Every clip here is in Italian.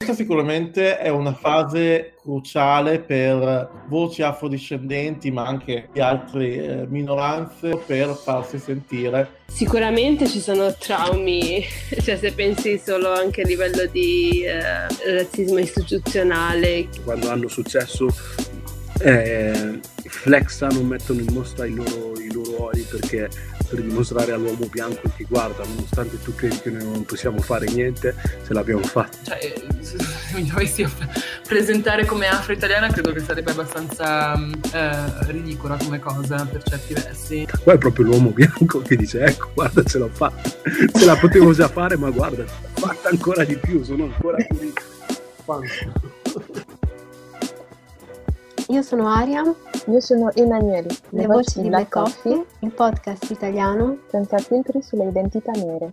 Questa sicuramente è una fase cruciale per voci afrodiscendenti, ma anche di altre minoranze, per farsi sentire. Sicuramente ci sono traumi, cioè se pensi solo anche a livello di razzismo istituzionale. Quando hanno successo flexano, mettono in mostra i loro ori per dimostrare all'uomo bianco che guarda, nonostante tu credi che noi non possiamo fare niente, ce l'abbiamo fatta. Cioè, se mi dovessi presentare come afro-italiana credo che sarebbe abbastanza ridicola come cosa per certi versi. Poi è proprio l'uomo bianco che dice ecco, guarda, ce l'ho fatta, ce la potevo già fare, ma guarda, fatta ancora di più, sono ancora più Io sono Aria. Io sono Emanuele. Le voci di Black Coffee, il podcast italiano senza filtri sulle identità nere.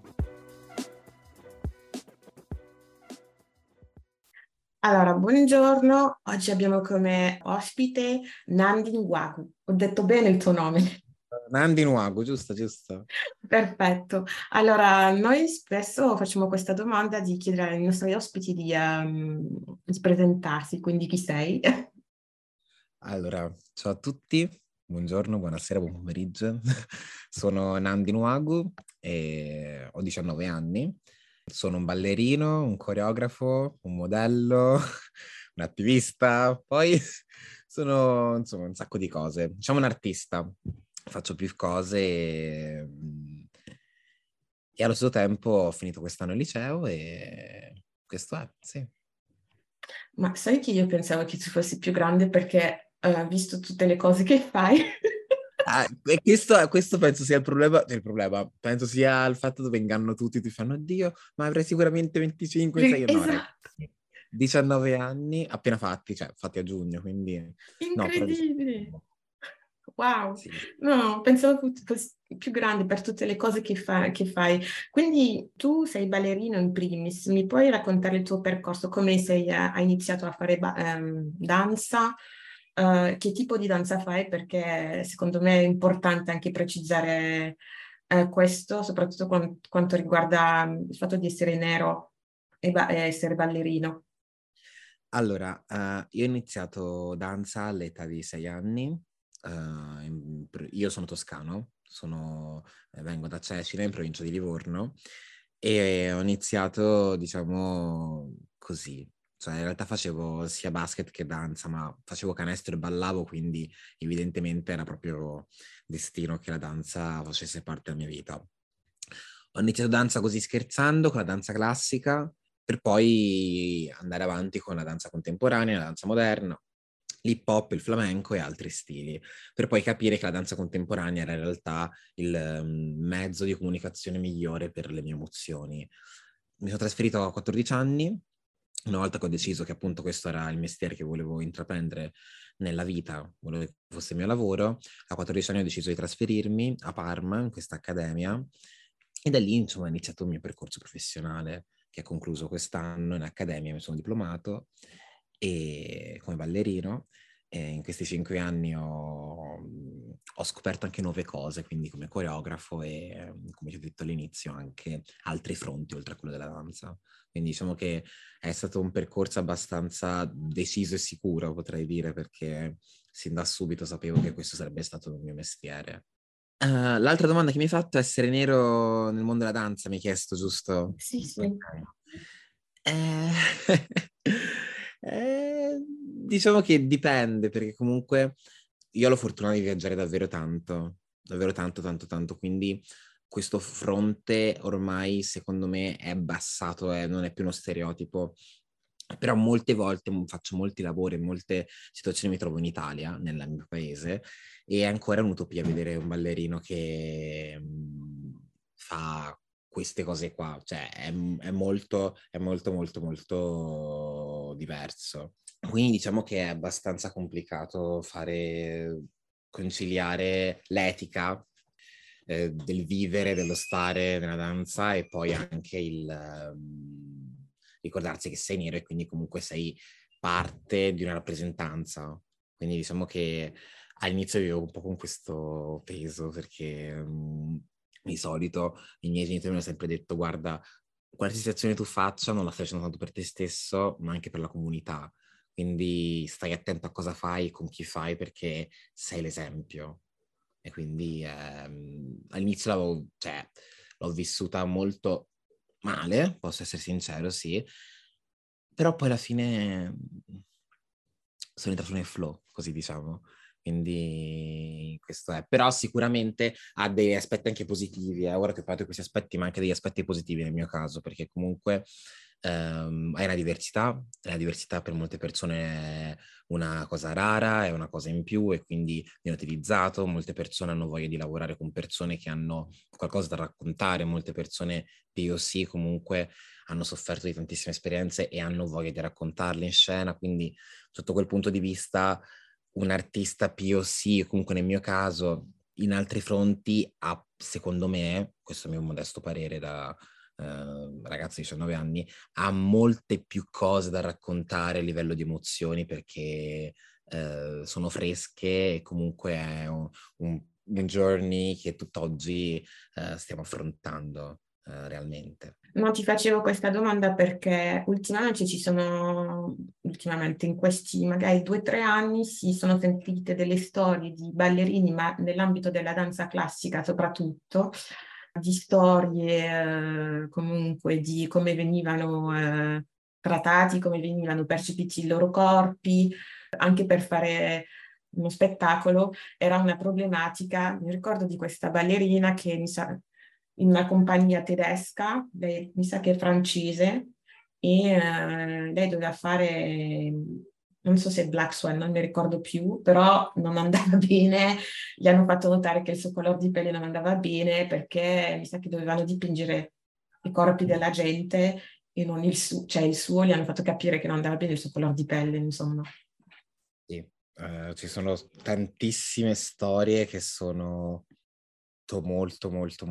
Allora, buongiorno. Oggi abbiamo come ospite Nnamdi Nwagwu. Ho detto bene il tuo nome? Nnamdi Nwagwu, giusto. Perfetto. Allora, noi spesso facciamo questa domanda di chiedere ai nostri ospiti di presentarsi, quindi chi sei? Allora, ciao a tutti, buongiorno, buonasera, buon pomeriggio. Sono Nnamdi Nwagwu e ho 19 anni. Sono un ballerino, un coreografo, un modello, un attivista, poi sono insomma un sacco di cose. Diciamo un artista, faccio più cose e allo stesso tempo ho finito quest'anno il liceo e questo è, sì. Ma sai che io pensavo che tu fossi più grande perché visto tutte le cose che fai. E questo penso sia il problema, penso sia il fatto dove ingannano tutti, ti fanno oddio, ma avrei sicuramente 25, 26, Esatto. no, 19 anni appena fatti a giugno, quindi incredibile. No, wow, sì. No, pensavo che fossi più grande per tutte le cose che fai. Quindi tu sei ballerino in primis, mi puoi raccontare il tuo percorso, come hai iniziato a fare danza? Che tipo di danza fai? Perché secondo me è importante anche precisare questo, soprattutto quanto riguarda il fatto di essere nero e essere ballerino. Allora, io ho iniziato danza all'età di 6 anni. Io sono toscano, vengo da Cecina, in provincia di Livorno, e ho iniziato, diciamo, così. Cioè, in realtà facevo sia basket che danza, ma facevo canestro e ballavo, quindi evidentemente era proprio destino che la danza facesse parte della mia vita. Ho iniziato danza così scherzando, con la danza classica, per poi andare avanti con la danza contemporanea, la danza moderna, l'hip hop, il flamenco e altri stili, per poi capire che la danza contemporanea era in realtà il mezzo di comunicazione migliore per le mie emozioni. Mi sono trasferito a 14 anni, una volta che ho deciso che appunto questo era il mestiere che volevo intraprendere nella vita, volevo che fosse il mio lavoro. A 14 anni ho deciso di trasferirmi a Parma, in questa accademia, e da lì insomma è iniziato il mio percorso professionale, che è concluso quest'anno in accademia, mi sono diplomato e come ballerino. E in questi 5 anni ho scoperto anche nuove cose, quindi come coreografo e, come ti ho detto all'inizio, anche altri fronti oltre a quello della danza. Quindi diciamo che è stato un percorso abbastanza deciso e sicuro, potrei dire, perché sin da subito sapevo che questo sarebbe stato il mio mestiere. L'altra domanda che mi hai fatto è essere nero nel mondo della danza, mi hai chiesto, giusto? Sì. Diciamo che dipende, perché comunque io ho la fortuna di viaggiare davvero tanto, quindi questo fronte ormai secondo me è abbassato, non è più uno stereotipo, però molte volte faccio molti lavori, in molte situazioni mi trovo in Italia, nel mio paese, e è ancora un'utopia vedere un ballerino che fa queste cose qua, cioè è molto diverso. Quindi diciamo che è abbastanza complicato conciliare l'etica del vivere, dello stare nella danza e poi anche ricordarsi che sei nero e quindi comunque sei parte di una rappresentanza. Quindi diciamo che all'inizio vivevo un po' con questo peso perché di solito i miei genitori mi hanno sempre detto guarda, qualsiasi azione tu faccia non la stai facendo tanto per te stesso, ma anche per la comunità. Quindi stai attento a cosa fai, con chi fai, perché sei l'esempio. E quindi all'inizio l'ho vissuta molto male, posso essere sincero, sì, però poi alla fine sono entrato nel flow, così diciamo. Quindi questo è. Però sicuramente ha degli aspetti anche positivi. Ora che ho parlato di questi aspetti, ma anche degli aspetti positivi nel mio caso, perché comunque hai una diversità, e la diversità per molte persone è una cosa rara, è una cosa in più e quindi viene utilizzato. Molte persone hanno voglia di lavorare con persone che hanno qualcosa da raccontare, molte persone POC comunque hanno sofferto di tantissime esperienze e hanno voglia di raccontarle in scena, quindi sotto quel punto di vista un artista POC, comunque nel mio caso, in altri fronti ha, secondo me, questo è il mio modesto parere da ragazzo di 19 anni, ha molte più cose da raccontare a livello di emozioni perché sono fresche e comunque è un journey che tutt'oggi stiamo affrontando realmente. No, ti facevo questa domanda perché ultimamente in questi magari 2 o 3 anni si sono sentite delle storie di ballerini, ma nell'ambito della danza classica soprattutto, di storie comunque di come venivano trattati, come venivano percepiti i loro corpi, anche per fare uno spettacolo era una problematica. Mi ricordo di questa ballerina che in una compagnia tedesca, lei mi sa che è francese, e lei doveva fare, non so se Black Swan, non mi ricordo più, però non andava bene, gli hanno fatto notare che il suo colore di pelle non andava bene perché mi sa che dovevano dipingere i corpi della gente e non il suo, cioè il suo, gli hanno fatto capire che non andava bene il suo colore di pelle, insomma. Sì, ci sono tantissime storie che sono molto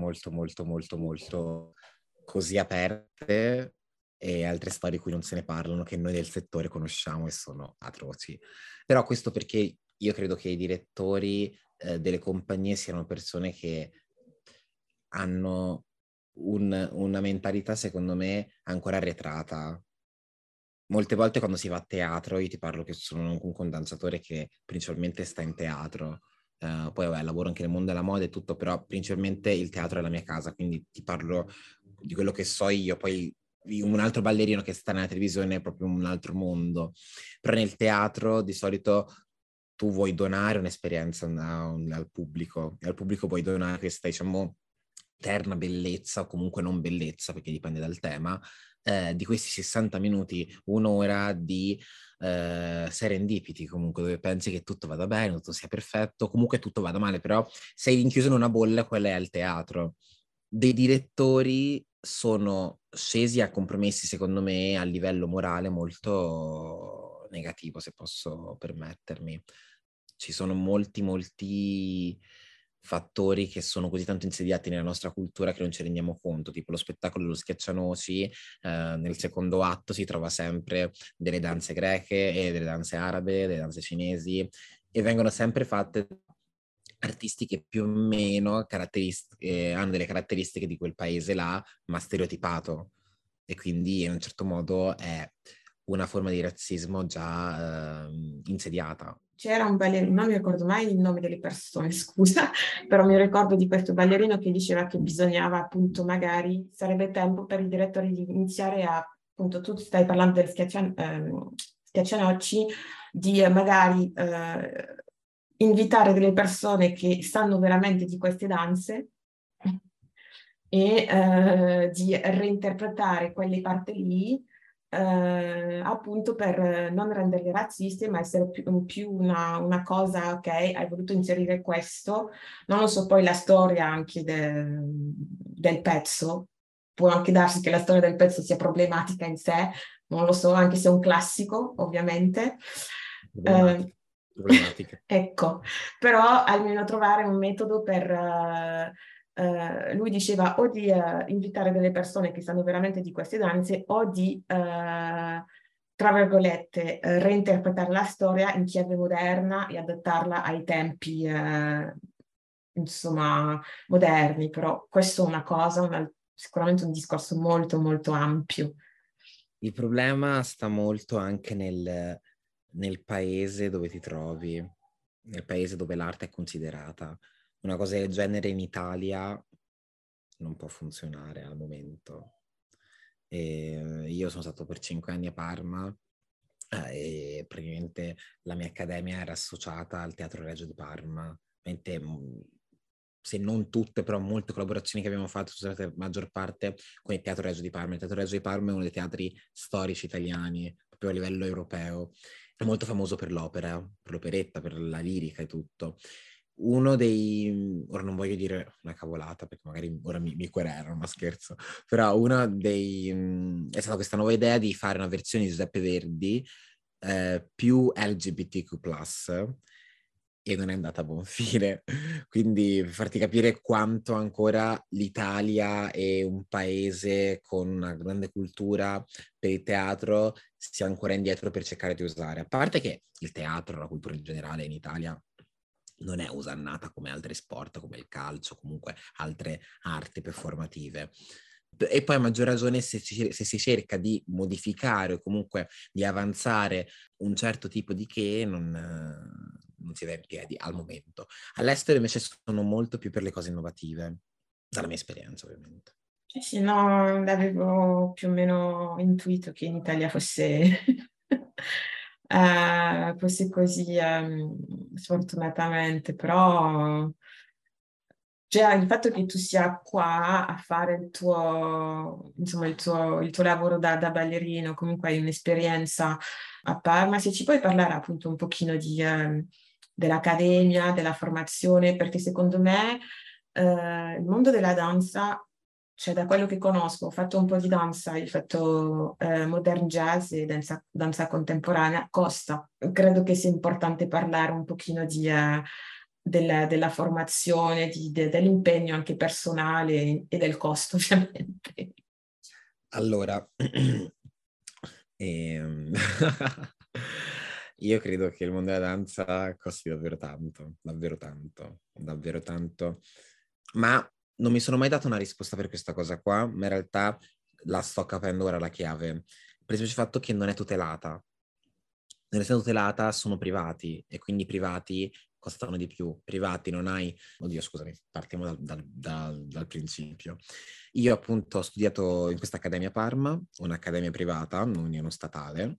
così aperte e altre storie di cui non se ne parlano che noi del settore conosciamo e sono atroci. Però questo perché io credo che i direttori delle compagnie siano persone che hanno una mentalità secondo me ancora arretrata. Molte volte quando si va a teatro, io ti parlo che sono comunque un danzatore che principalmente sta in teatro, poi vabbè, lavoro anche nel mondo della moda e tutto, però principalmente il teatro è la mia casa, quindi ti parlo di quello che so io, poi un altro ballerino che sta nella televisione è proprio un altro mondo, però nel teatro di solito tu vuoi donare un'esperienza al pubblico, e al pubblico vuoi donare questa, diciamo, eterna bellezza o comunque non bellezza, perché dipende dal tema, di questi 60 minuti, un'ora di serendipiti comunque, dove pensi che tutto vada bene, tutto sia perfetto, comunque tutto vada male, però sei rinchiuso in una bolla, quella è al teatro. Dei direttori sono scesi a compromessi, secondo me, a livello morale molto negativo, se posso permettermi. Ci sono molti fattori che sono così tanto insediati nella nostra cultura che non ci rendiamo conto, tipo lo spettacolo dello Schiaccianoci, nel secondo atto si trova sempre delle danze greche e delle danze arabe, delle danze cinesi, e vengono sempre fatte artisti che più o meno hanno delle caratteristiche di quel paese là, ma stereotipato, e quindi in un certo modo è una forma di razzismo già insediata. C'era un ballerino, non mi ricordo mai il nome delle persone, scusa, però mi ricordo di questo ballerino che diceva che bisognava appunto magari, sarebbe tempo per i direttori di iniziare a, appunto tu stai parlando del Schiaccianocci, di magari invitare delle persone che sanno veramente di queste danze e di reinterpretare quelle parti lì appunto per non renderli razzisti, ma essere più una cosa, ok, hai voluto inserire questo, non lo so, poi la storia anche del pezzo, può anche darsi che la storia del pezzo sia problematica in sé, non lo so, anche se è un classico, ovviamente. Problematica. Ecco, però almeno trovare un metodo per... lui diceva o di invitare delle persone che sanno veramente di queste danze o di, tra virgolette, reinterpretare la storia in chiave moderna e adattarla ai tempi, insomma, moderni. Però questo è una cosa, sicuramente un discorso molto molto ampio. Il problema sta molto anche nel paese dove ti trovi, nel paese dove l'arte è considerata. Una cosa del genere in Italia non può funzionare al momento. Io sono stato per 5 anni a Parma e praticamente la mia accademia era associata al Teatro Regio di Parma. Se non tutte, però molte collaborazioni che abbiamo fatto sono state maggior parte con il Teatro Regio di Parma. Il Teatro Regio di Parma è uno dei teatri storici italiani, proprio a livello europeo. È molto famoso per l'opera, per l'operetta, per la lirica e tutto. Uno dei... Ora non voglio dire una cavolata, perché magari ora mi querelano, ma scherzo. Però uno dei... è stata questa nuova idea di fare una versione di Giuseppe Verdi più LGBTQ+, e non è andata a buon fine. Quindi per farti capire quanto ancora l'Italia è un paese con una grande cultura per il teatro sia ancora indietro per cercare di usare. A parte che il teatro, la cultura in generale in Italia non è usannata come altri sport, come il calcio, comunque altre arti performative. E poi a maggior ragione se si cerca di modificare o comunque di avanzare un certo tipo di non si va in piedi al momento. All'estero invece sono molto più per le cose innovative, dalla mia esperienza ovviamente. Sì, no, avevo più o meno intuito che in Italia fosse, fosse così, sfortunatamente, però cioè, il fatto che tu sia qua a fare il tuo, insomma, il tuo lavoro da ballerino, comunque hai un'esperienza a Parma, se ci puoi parlare appunto un pochino dell'accademia, della formazione, perché secondo me il mondo della danza, cioè da quello che conosco, ho fatto un po' di danza, ho fatto modern jazz e danza contemporanea, costa. Credo che sia importante parlare un pochino della formazione, dell'impegno anche personale e del costo, ovviamente. Allora, io credo che il mondo della danza costi davvero tanto, davvero tanto, davvero tanto. Ma non mi sono mai dato una risposta per questa cosa qua, ma in realtà la sto capendo ora la chiave. Per il semplice fatto che non è tutelata. Non essendo tutelata sono privati e quindi privati costano di più. Privati non hai... Oddio, scusami, partiamo dal principio. Io appunto ho studiato in questa accademia a Parma, un'accademia privata, non statale,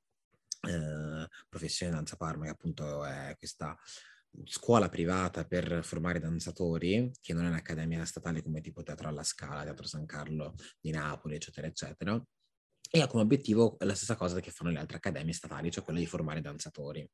Professione Danza Parma, che appunto è questa scuola privata per formare danzatori, che non è un'accademia statale come tipo Teatro alla Scala, Teatro San Carlo di Napoli, eccetera, eccetera. E ha come obiettivo la stessa cosa che fanno le altre accademie statali, cioè quella di formare danzatori.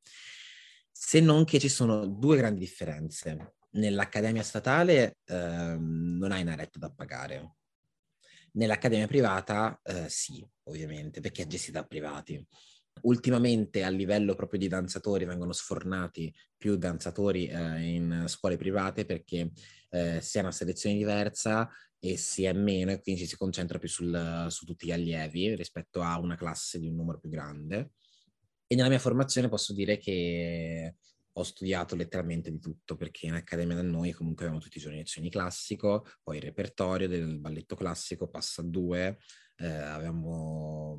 Se non che ci sono due grandi differenze. Nell'accademia statale non hai una retta da pagare. Nell'accademia privata sì, ovviamente, perché è gestita da privati. Ultimamente a livello proprio di danzatori vengono sfornati più danzatori in scuole private perché si ha una selezione diversa e si è meno e quindi ci si concentra più su tutti gli allievi rispetto a una classe di un numero più grande. E nella mia formazione posso dire che ho studiato letteralmente di tutto, perché in accademia da noi comunque abbiamo tutti i giorni lezioni classico, poi il repertorio del balletto classico passa a 2, abbiamo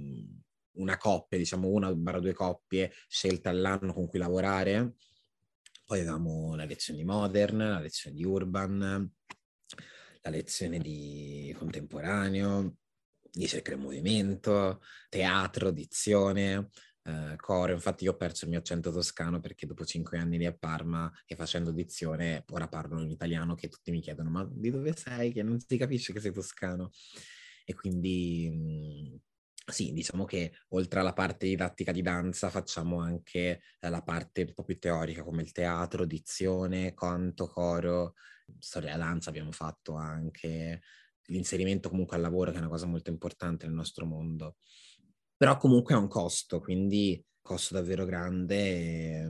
una coppia, diciamo 1-2 coppie scelte all'anno con cui lavorare, poi avevamo la lezione di modern, la lezione di urban, la lezione di contemporaneo, ricerca del movimento, teatro, dizione, coro. Infatti io ho perso il mio accento toscano perché dopo 5 anni lì a Parma e facendo dizione ora parlo in italiano, che tutti mi chiedono ma di dove sei? Che non si capisce che sei toscano. E quindi sì, diciamo che oltre alla parte didattica di danza facciamo anche la parte un po' più teorica come il teatro, dizione, canto, coro, storia della danza abbiamo fatto anche, l'inserimento comunque al lavoro che è una cosa molto importante nel nostro mondo. Però comunque ha un costo, quindi costo davvero grande e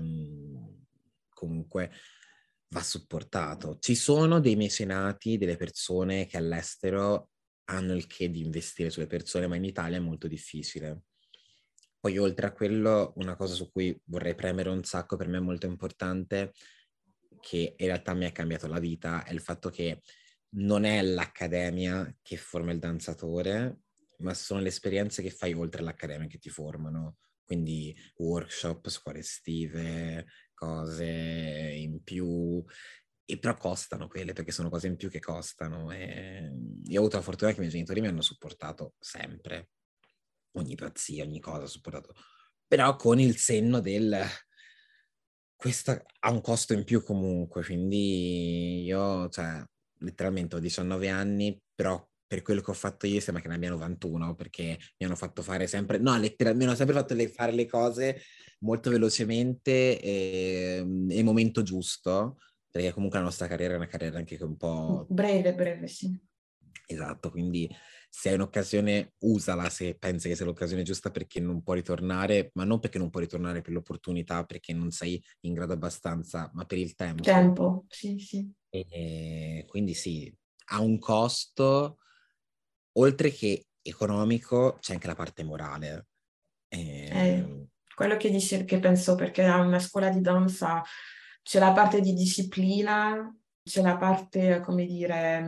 comunque va supportato. Ci sono dei mecenati, delle persone che all'estero hanno il che di investire sulle persone, ma in Italia è molto difficile. Poi oltre a quello, una cosa su cui vorrei premere un sacco, per me è molto importante, che in realtà mi ha cambiato la vita, è il fatto che non è l'accademia che forma il danzatore, ma sono le esperienze che fai oltre l'accademia che ti formano. Quindi workshop, scuole estive, cose in più, e però costano quelle, perché sono cose in più che costano. E io ho avuto la fortuna che i miei genitori mi hanno supportato sempre, ogni pazzia, ogni cosa ho supportato, però con il senno del questa ha un costo in più comunque, quindi io, cioè, letteralmente ho 19 anni, però per quello che ho fatto io sembra che ne abbia 91, perché mi hanno fatto fare sempre, no, letteralmente mi hanno sempre fatto fare le cose molto velocemente e momento giusto, perché comunque la nostra carriera è una carriera anche che un po'... Breve, sì. Esatto, quindi se hai un'occasione usala se pensi che sia l'occasione giusta, perché non può ritornare, ma non perché non può ritornare per l'opportunità, perché non sei in grado abbastanza, ma per il tempo. Tempo, sì, sì. E quindi sì, ha un costo, oltre che economico, c'è anche la parte morale. Quello che dici, che penso, perché a una scuola di danza c'è la parte di disciplina, c'è la parte, come dire,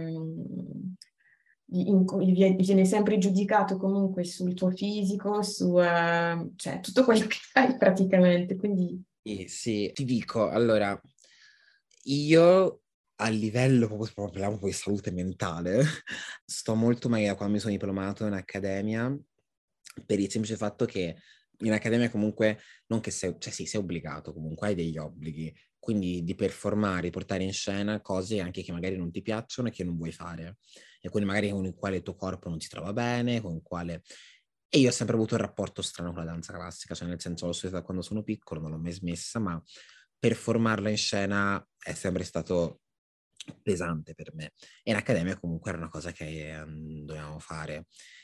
viene sempre giudicato comunque sul tuo fisico, cioè tutto quello che fai praticamente, quindi... Sì, ti dico, allora, io a livello, proprio parliamo poi di salute mentale, sto molto meglio da quando mi sono diplomato in accademia, per il semplice fatto che in accademia comunque, non che sei, cioè sì, sei obbligato comunque, hai degli obblighi, quindi di performare, di portare in scena cose anche che magari non ti piacciono e che non vuoi fare, e quindi magari con il quale il tuo corpo non si trova bene, con il quale... E io ho sempre avuto un rapporto strano con la danza classica, cioè nel senso l'ho studiata da quando sono piccolo, non l'ho mai smessa, ma performarla in scena è sempre stato pesante per me. E in accademia comunque era una cosa che dovevamo fare.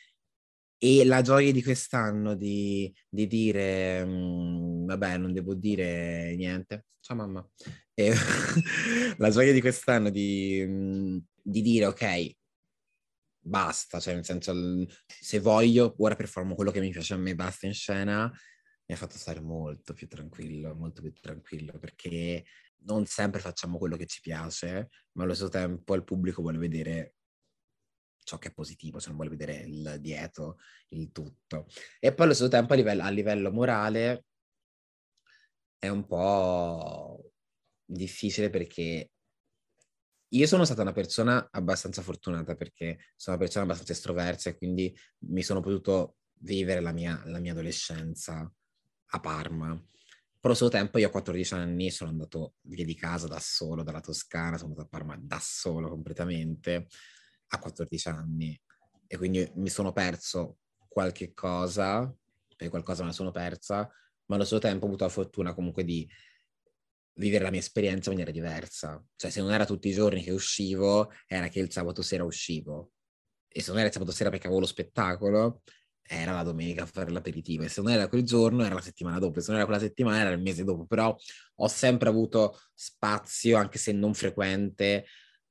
E la gioia di quest'anno di dire, vabbè, non devo dire niente. Ciao mamma. E la gioia di quest'anno di dire, ok, basta, cioè nel senso, se voglio, ora performo quello che mi piace a me, basta in scena, mi ha fatto stare molto più tranquillo, perché non sempre facciamo quello che ci piace, ma allo stesso tempo il pubblico vuole vedere ciò che è positivo, se non vuole vedere il dietro, il tutto. E poi allo stesso tempo a livello morale è un po' difficile, perché io sono stata una persona abbastanza fortunata, perché sono una persona abbastanza estroversa e quindi mi sono potuto vivere la mia adolescenza a Parma. Però allo stesso tempo io a 14 anni sono andato via di casa da solo, dalla Toscana, sono andato a Parma da solo completamente a 14 anni, e quindi mi sono perso qualche cosa, per qualcosa me la sono persa, ma allo stesso tempo ho avuto la fortuna comunque di vivere la mia esperienza in maniera diversa. Cioè, se non era tutti i giorni che uscivo, era che il sabato sera uscivo. E se non era il sabato sera perché avevo lo spettacolo, era la domenica a fare l'aperitivo. E se non era quel giorno, era la settimana dopo. E se non era quella settimana, era il mese dopo. Però ho sempre avuto spazio, anche se non frequente,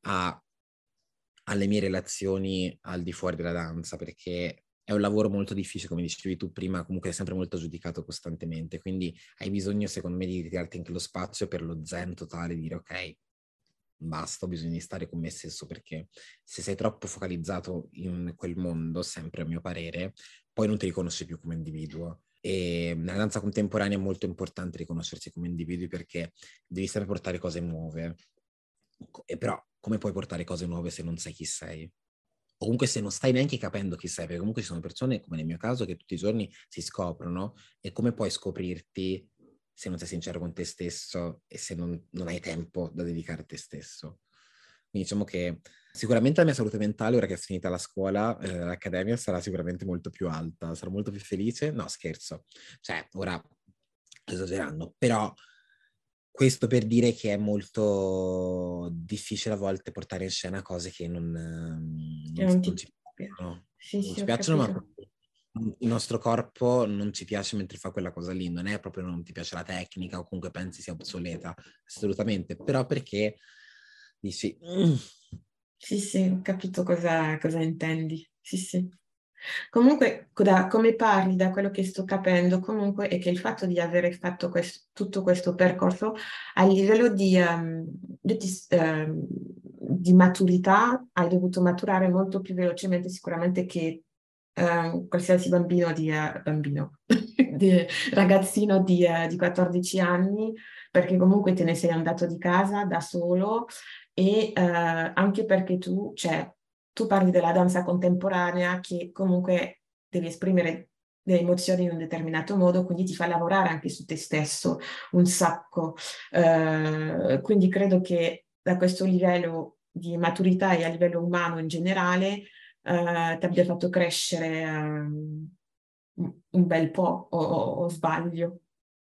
alle mie relazioni al di fuori della danza, perché è un lavoro molto difficile, come dicevi tu prima, comunque è sempre molto giudicato costantemente, quindi hai bisogno, secondo me, di ritirarti anche lo spazio per lo zen totale, di dire ok, basta, ho bisogno di stare con me stesso, perché se sei troppo focalizzato in quel mondo, sempre a mio parere, poi non ti riconosci più come individuo. E nella danza contemporanea è molto importante riconoscersi come individui, perché devi sempre portare cose nuove. E però come puoi portare cose nuove se non sai chi sei? O comunque se non stai neanche capendo chi sei, perché comunque ci sono persone, come nel mio caso, che tutti i giorni si scoprono, e come puoi scoprirti se non sei sincero con te stesso e se non hai tempo da dedicare a te stesso? Quindi diciamo che sicuramente la mia salute mentale, ora che è finita la scuola, l'accademia, sarà sicuramente molto più alta, sarò molto più felice. No, scherzo. Cioè, ora sto esagerando, però questo per dire che è molto difficile a volte portare in scena cose che non ci piacciono. Sì, Non sì, ci ho piacciono, ma capito. il nostro corpo non ci piace mentre fa quella cosa lì. Non è proprio non ti piace la tecnica o comunque pensi sia obsoleta, assolutamente. Però perché dici... Sì, sì, ho capito cosa intendi. Sì, sì. Comunque, come parli, da quello che sto capendo, comunque è che il fatto di aver fatto tutto questo percorso a livello di maturità hai dovuto maturare molto più velocemente sicuramente che qualsiasi di ragazzino di 14 anni, perché comunque te ne sei andato di casa da solo e anche perché tu parli della danza contemporanea che comunque devi esprimere delle emozioni in un determinato modo, quindi ti fa lavorare anche su te stesso un sacco. Quindi credo che da questo livello di maturità e a livello umano in generale ti abbia fatto crescere un bel po', o sbaglio.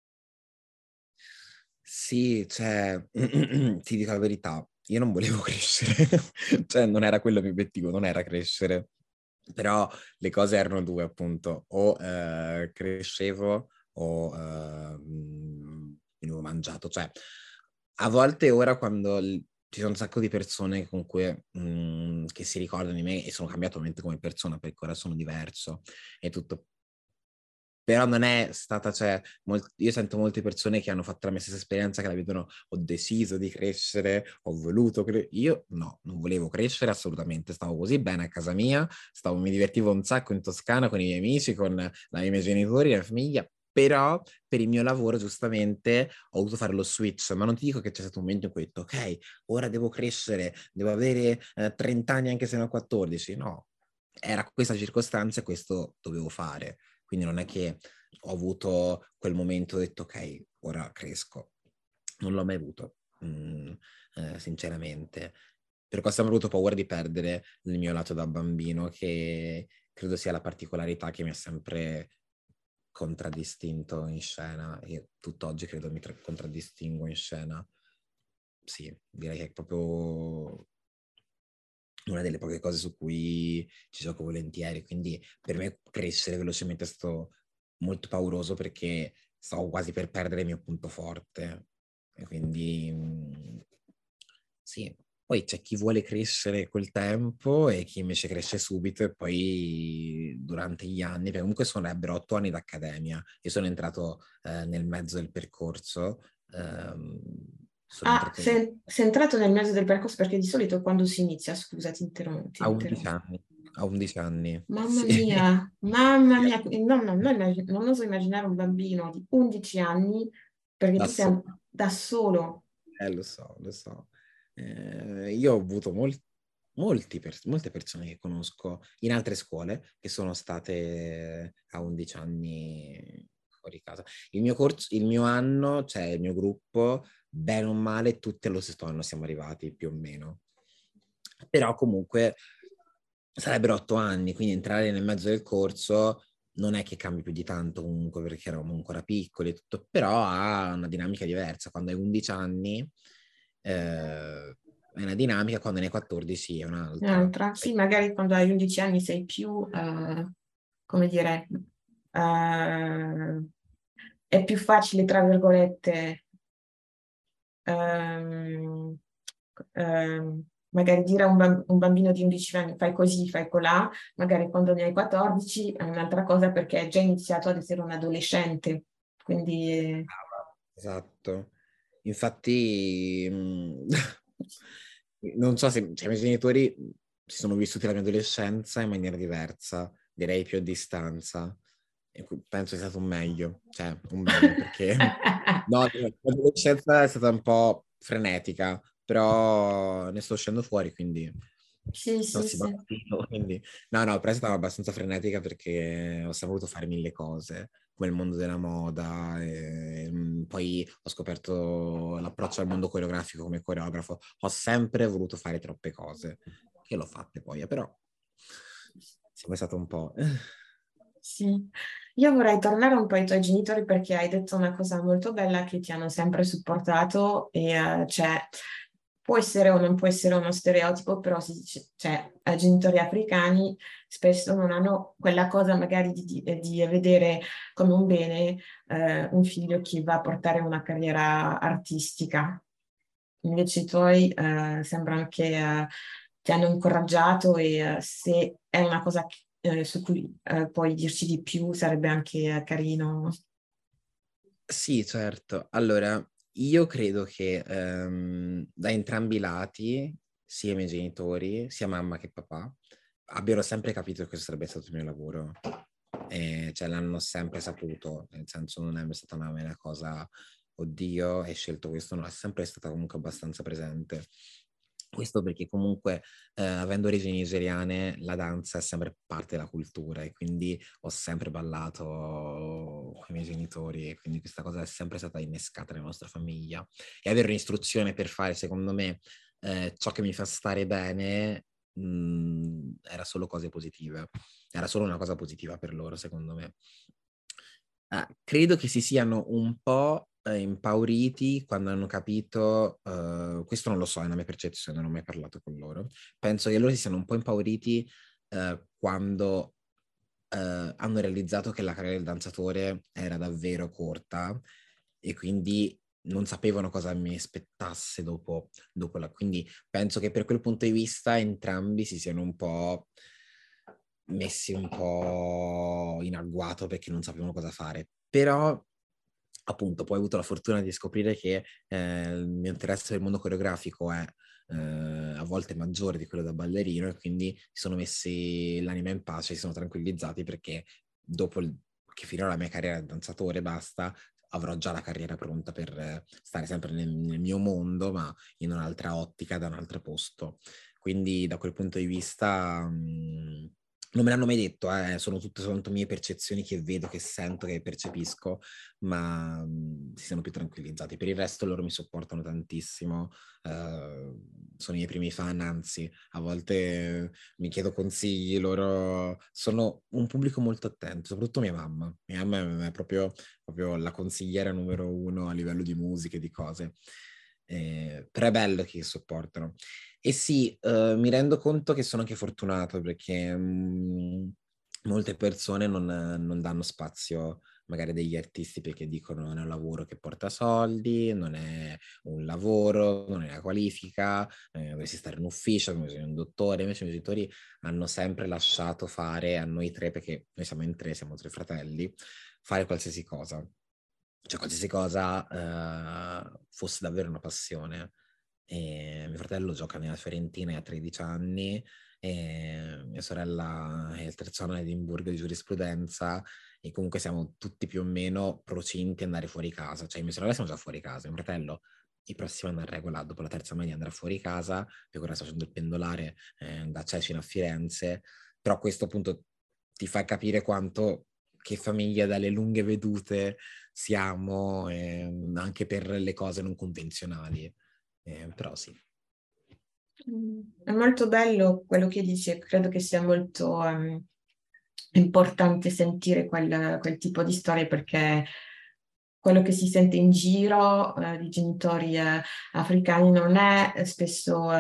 Sì, cioè, ti dico la verità, io non volevo crescere, cioè non era quello il mio obiettivo, non era crescere, però le cose erano due appunto, o crescevo o venivo mangiato, cioè a volte ora quando ci sono un sacco di persone comunque che si ricordano di me e sono cambiato ovviamente come persona perché ora sono diverso e tutto. Però non è stata, cioè, io sento molte persone che hanno fatto la mia stessa esperienza, che la vedono, ho deciso di crescere, ho voluto crescere. Io no, non volevo crescere assolutamente, stavo così bene a casa mia, mi divertivo un sacco in Toscana con i miei amici, con i miei genitori, la mia famiglia, però per il mio lavoro giustamente ho dovuto fare lo switch, ma non ti dico che c'è stato un momento in cui ho detto, ok, ora devo crescere, devo avere 30 anni anche se ne ho 14, no. Era questa circostanza e questo dovevo fare. Quindi non è che ho avuto quel momento e ho detto ok, ora cresco. Non l'ho mai avuto, sinceramente. Perché ho sempre avuto paura di perdere il mio lato da bambino, che credo sia la particolarità che mi ha sempre contraddistinto in scena. E tutt'oggi credo mi contraddistingo in scena. Sì, direi che è proprio una delle poche cose su cui ci gioco volentieri, quindi per me crescere velocemente è stato molto pauroso perché stavo quasi per perdere il mio punto forte e quindi sì, poi c'è chi vuole crescere col tempo e chi invece cresce subito e poi durante gli anni, perché comunque sarebbero 8 anni d'accademia, io sono entrato nel mezzo del percorso. Sei entrato nel mezzo del percorso perché di solito quando si inizia, scusa, ti interrompo. A 11 anni. A 11 anni. Mamma Sì. mia, mamma mia, non oso immaginare un bambino di 11 anni perché tu sei da solo. Lo so, lo so. Io ho avuto molte persone che conosco in altre scuole che sono state a 11 anni fuori casa. Il mio anno, cioè il mio gruppo, bene o male, tutti allo stesso anno siamo arrivati, più o meno. Però comunque sarebbero 8 anni, quindi entrare nel mezzo del corso non è che cambi più di tanto comunque perché eravamo ancora piccoli e tutto, però ha una dinamica diversa. Quando hai 11 anni è una dinamica, quando ne hai 14 è un'altra. Sì, magari quando hai 11 anni sei più, come dire, è più facile, tra virgolette, magari dire a un bambino di 11 anni fai così, fai colà, magari quando ne hai 14 è un'altra cosa perché hai già iniziato ad essere un adolescente. Quindi... Esatto. Infatti, non so se i miei genitori si sono vissuti la mia adolescenza in maniera diversa, direi più a distanza. E penso sia stato un meglio, perché no, l'adolescenza è stata un po' frenetica, però ne sto uscendo fuori, quindi sì. quindi no, però è stata abbastanza frenetica perché ho sempre voluto fare mille cose, come il mondo della moda, e poi ho scoperto l'approccio al mondo coreografico come coreografo, ho sempre voluto fare troppe cose, che l'ho fatte poi, però è stato un po'... Sì, io vorrei tornare un po' ai tuoi genitori perché hai detto una cosa molto bella che ti hanno sempre supportato e può essere o non può essere uno stereotipo, però genitori africani spesso non hanno quella cosa magari di vedere come un bene un figlio che va a portare una carriera artistica. Invece i tuoi sembrano che ti hanno incoraggiato e se è una cosa su cui puoi dirci di più, sarebbe anche carino. Sì, certo. Allora, io credo che da entrambi i lati, sia i miei genitori, sia mamma che papà, abbiano sempre capito che questo sarebbe stato il mio lavoro. E, cioè, l'hanno sempre saputo, nel senso non è mai stata una cosa, oddio, hai scelto questo, no, è sempre stata comunque abbastanza presente. Questo perché comunque, avendo origini nigeriane, la danza è sempre parte della cultura e quindi ho sempre ballato con i miei genitori e quindi questa cosa è sempre stata innescata nella nostra famiglia. E avere un'istruzione per fare, secondo me, ciò che mi fa stare bene, era solo cose positive. Era solo una cosa positiva per loro, secondo me. Credo che si siano un po' impauriti quando hanno capito, questo non lo so, è una mia percezione, non ho mai parlato con loro. Penso che loro si siano un po' impauriti quando hanno realizzato che la carriera del danzatore era davvero corta e quindi non sapevano cosa mi aspettasse dopo quindi penso che per quel punto di vista entrambi si siano un po' messi un po' in agguato perché non sapevano cosa fare. Però appunto poi ho avuto la fortuna di scoprire che il mio interesse per il mondo coreografico è a volte maggiore di quello da ballerino e quindi si sono messi l'anima in pace, si sono tranquillizzati perché dopo che finirò la mia carriera da danzatore basta, avrò già la carriera pronta per stare sempre nel mio mondo ma in un'altra ottica, da un altro posto. Quindi da quel punto di vista non me l'hanno mai detto, sono tutte soltanto mie percezioni che vedo, che sento, che percepisco, ma si sono più tranquillizzati. Per il resto loro mi supportano tantissimo, sono i miei primi fan, anzi a volte mi chiedo consigli, loro sono un pubblico molto attento, soprattutto mia mamma. Mia mamma è proprio la consigliera numero uno a livello di musica e di cose. Però è bello che supportano. E sì, mi rendo conto che sono anche fortunato perché molte persone non danno spazio magari degli artisti perché dicono non è un lavoro che porta soldi, non è un lavoro, non è una qualifica, dovresti stare in ufficio, come sei un dottore. Invece i miei genitori hanno sempre lasciato fare a noi tre, perché noi siamo in tre, siamo tre fratelli, fare qualsiasi cosa. Cioè qualsiasi cosa fosse davvero una passione. E mio fratello gioca nella Fiorentina e ha 13 anni e mia sorella è il terzo anno a Edimburgo di giurisprudenza e comunque siamo tutti più o meno procinti ad andare fuori casa. Cioè mia sorella siamo già fuori casa, mio fratello il prossimo anno a regola dopo la terza media andrà fuori casa, perché ora sta facendo il pendolare da Cecina a Firenze, però questo appunto ti fa capire quanto che famiglia dalle lunghe vedute siamo, anche per le cose non convenzionali. Però sì. È molto bello quello che dici, credo che sia molto importante sentire quel tipo di storie perché quello che si sente in giro di genitori africani non è spesso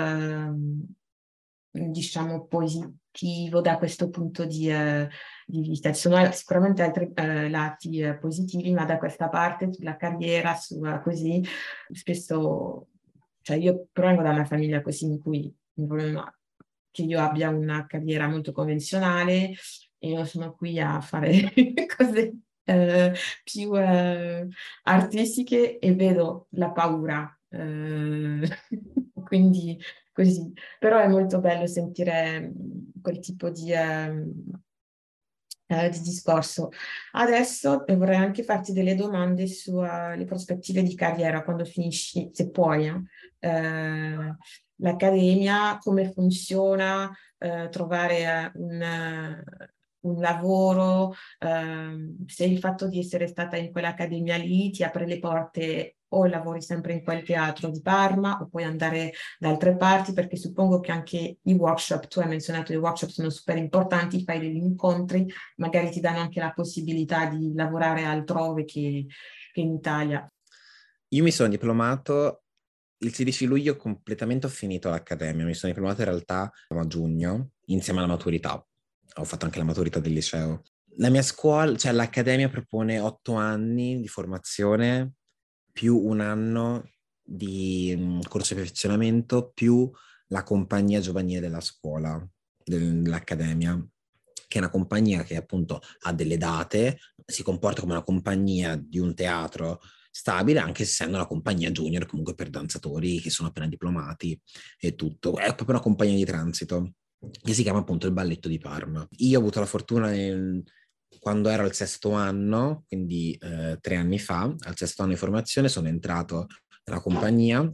diciamo positivo da questo punto di vista. Ci sono sicuramente altri lati positivi, ma da questa parte sulla carriera, così spesso, cioè io provengo da una famiglia così in cui mi volevano che io abbia una carriera molto convenzionale e io sono qui a fare cose più artistiche e vedo la paura. Quindi così. Però è molto bello sentire quel tipo di discorso. Adesso vorrei anche farti delle domande sulle prospettive di carriera quando finisci, se puoi, l'accademia, come funziona, trovare un lavoro, se il fatto di essere stata in quell'accademia lì ti apre le porte o lavori sempre in quel teatro di Parma o puoi andare da altre parti, perché suppongo che anche i workshop, tu hai menzionato i workshop sono super importanti, fai degli incontri, magari ti danno anche la possibilità di lavorare altrove che in Italia. Io mi sono diplomato il 16 luglio, completamente ho finito l'accademia, mi sono diplomato in realtà a giugno, insieme alla maturità. Ho fatto anche la maturità del liceo. La mia scuola, cioè l'accademia propone 8 anni di formazione più un anno di corso di perfezionamento più la compagnia giovanile della scuola, dell'accademia. che è una compagnia che appunto ha delle date, si comporta come una compagnia di un teatro stabile, anche essendo una compagnia junior comunque per danzatori che sono appena diplomati e tutto. È proprio una compagnia di transito che si chiama appunto il Balletto di Parma. Io ho avuto la fortuna quando ero al sesto anno, quindi 3 anni fa, al sesto anno di formazione sono entrato nella compagnia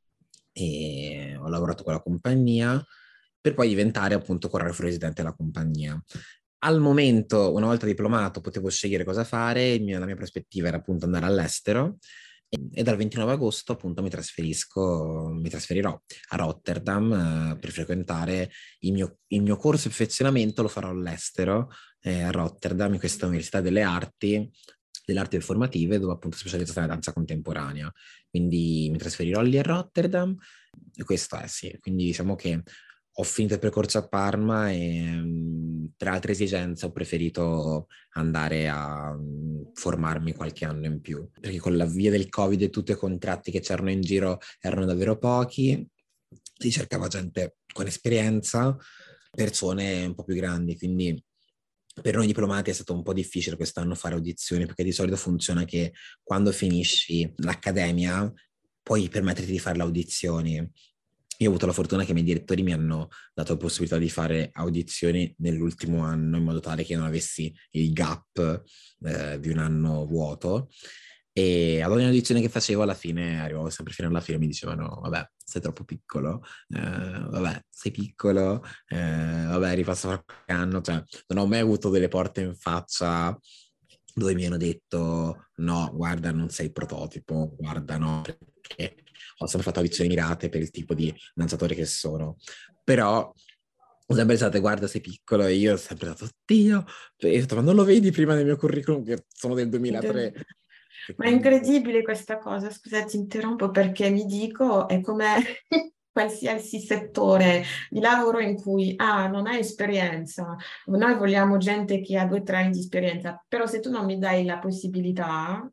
e ho lavorato con la compagnia per poi diventare appunto coreografo residente della compagnia. Al momento, una volta diplomato, potevo scegliere cosa fare, la mia prospettiva era appunto andare all'estero e dal 29 agosto appunto mi trasferirò a Rotterdam per frequentare il mio corso di perfezionamento, lo farò all'estero, a Rotterdam, in questa Università delle Arti performative, dove appunto specializzata nella danza contemporanea. Quindi mi trasferirò lì a Rotterdam e questo è, sì. Quindi diciamo che ho finito il percorso a Parma e per altre esigenze ho preferito andare a formarmi qualche anno in più, perché con la via del Covid e tutti i contratti che c'erano in giro erano davvero pochi, si cercava gente con esperienza, persone un po' più grandi, quindi per noi diplomati è stato un po' difficile quest'anno fare audizioni, perché di solito funziona che quando finisci l'accademia puoi permetterti di fare le audizioni. Io ho avuto la fortuna che i miei direttori mi hanno dato la possibilità di fare audizioni nell'ultimo anno in modo tale che non avessi il gap di un anno vuoto, e ad ogni audizione che facevo alla fine arrivavo sempre fino alla fine e mi dicevano vabbè sei troppo piccolo, vabbè sei piccolo, vabbè ripassa qualche anno, cioè non ho mai avuto delle porte in faccia dove mi hanno detto no guarda non sei prototipo, guarda no, perché ho sempre fatto audizioni mirate per il tipo di danzatore che sono, però ho sempre pensato guarda sei piccolo, e io ho sempre detto oddio, e ho detto, ma non lo vedi prima nel mio curriculum che sono del 2003? Ma è incredibile questa cosa, scusa ti interrompo perché mi dico è come qualsiasi settore di lavoro in cui non hai esperienza, noi vogliamo gente che ha 2 o 3 anni di esperienza, però se tu non mi dai la possibilità,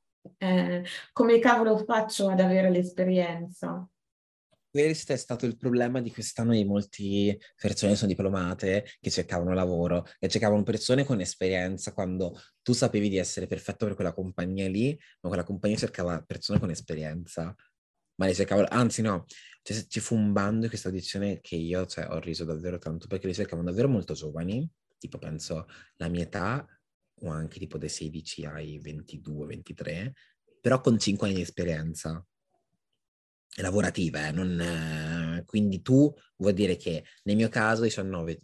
come cavolo faccio ad avere l'esperienza? Questo è stato il problema di quest'anno di molte persone che sono diplomate, che cercavano lavoro, che cercavano persone con esperienza, quando tu sapevi di essere perfetto per quella compagnia lì, ma quella compagnia cercava persone con esperienza. Ma le cercavano, anzi no, cioè, ci fu un bando in questa audizione che io ho riso davvero tanto, perché le cercavano davvero molto giovani, tipo penso la mia età, o anche tipo dai 16 ai 22, 23, però con 5 anni di esperienza lavorativa, quindi tu vuol dire che nel mio caso 19,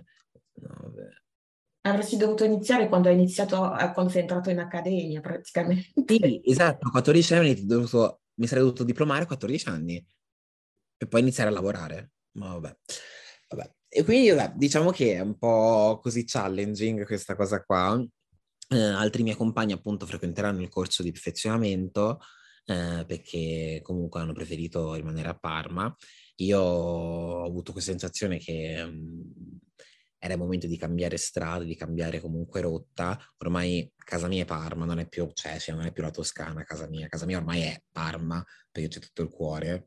9. Avresti dovuto iniziare quando hai iniziato, quando sei entrato in accademia praticamente. Sì, esatto, 14 anni mi sarei dovuto diplomare a 14 anni e poi iniziare a lavorare, ma vabbè. E quindi diciamo che è un po' così challenging questa cosa qua. Altri miei compagni appunto frequenteranno il corso di perfezionamento perché comunque hanno preferito rimanere a Parma. Io ho avuto questa sensazione che era il momento di cambiare strada, di cambiare comunque rotta. Ormai casa mia è Parma, non è più Cesena, non è più la Toscana, casa mia ormai è Parma, perché c'è tutto il cuore.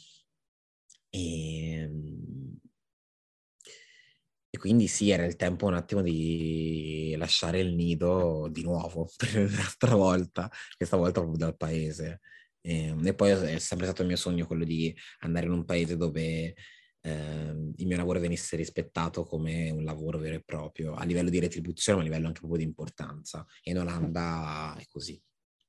E quindi sì, era il tempo un attimo di lasciare il nido di nuovo, per un'altra volta, questa volta proprio dal paese. E poi è sempre stato il mio sogno quello di andare in un paese dove il mio lavoro venisse rispettato come un lavoro vero e proprio, a livello di retribuzione, ma a livello anche proprio di importanza. E in Olanda è così.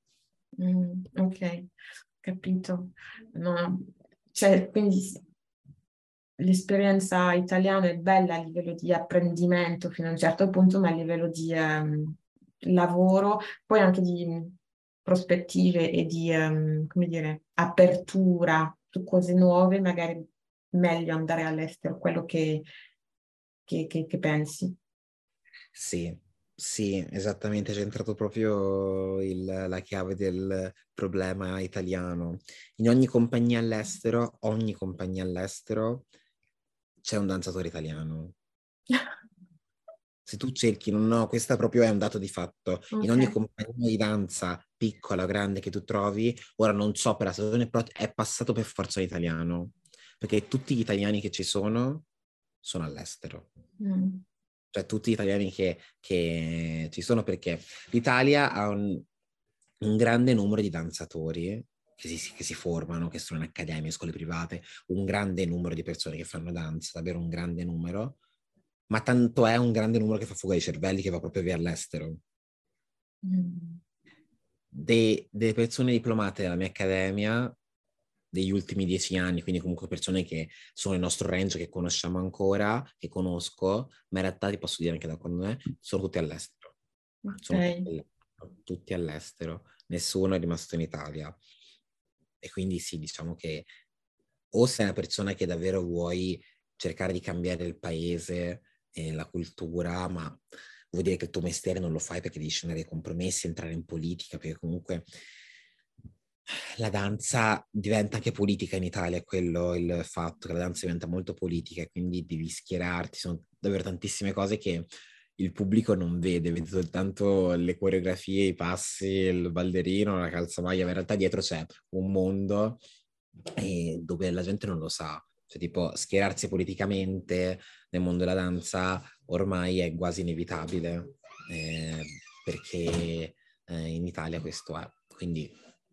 Ok, capito. No, cioè, quindi l'esperienza italiana è bella a livello di apprendimento fino a un certo punto, ma a livello di lavoro, poi anche di prospettive e di, come dire, apertura su cose nuove, magari meglio andare all'estero, quello che pensi. Sì, esattamente, c'è entrato proprio la chiave del problema italiano. In ogni compagnia all'estero c'è un danzatore italiano. Se tu cerchi, no, questo proprio è un dato di fatto. Okay. In ogni compagnia di danza, piccola o grande, che tu trovi, ora non so per la stagione, però è passato per forza l'italiano, perché tutti gli italiani che ci sono all'estero. cioè tutti gli italiani che ci sono, perché l'Italia ha un grande numero di danzatori che si formano, che sono in accademie, scuole private, un grande numero di persone che fanno danza, davvero un grande numero, ma tanto è un grande numero che fa fuga di cervelli, che va proprio via all'estero. Delle persone diplomate della mia accademia degli ultimi 10 anni, quindi comunque persone che sono nel nostro range, che conosciamo ancora, che conosco, ma in realtà ti posso dire anche da quando è, sono tutti all'estero. Ok. Tutti all'estero, nessuno è rimasto in Italia. E quindi sì, diciamo che o sei una persona che davvero vuoi cercare di cambiare il paese e la cultura, ma vuol dire che il tuo mestiere non lo fai perché devi scendere ai compromessi, entrare in politica, perché comunque la danza diventa anche politica in Italia, è quello il fatto, che la danza diventa molto politica e quindi devi schierarti, sono davvero tantissime cose che il pubblico non vede soltanto le coreografie, i passi, il ballerino, la calzamaglia, ma in realtà dietro c'è un mondo dove la gente non lo sa. Cioè, tipo, schierarsi politicamente nel mondo della danza ormai è quasi inevitabile, perché in Italia questo è. Quindi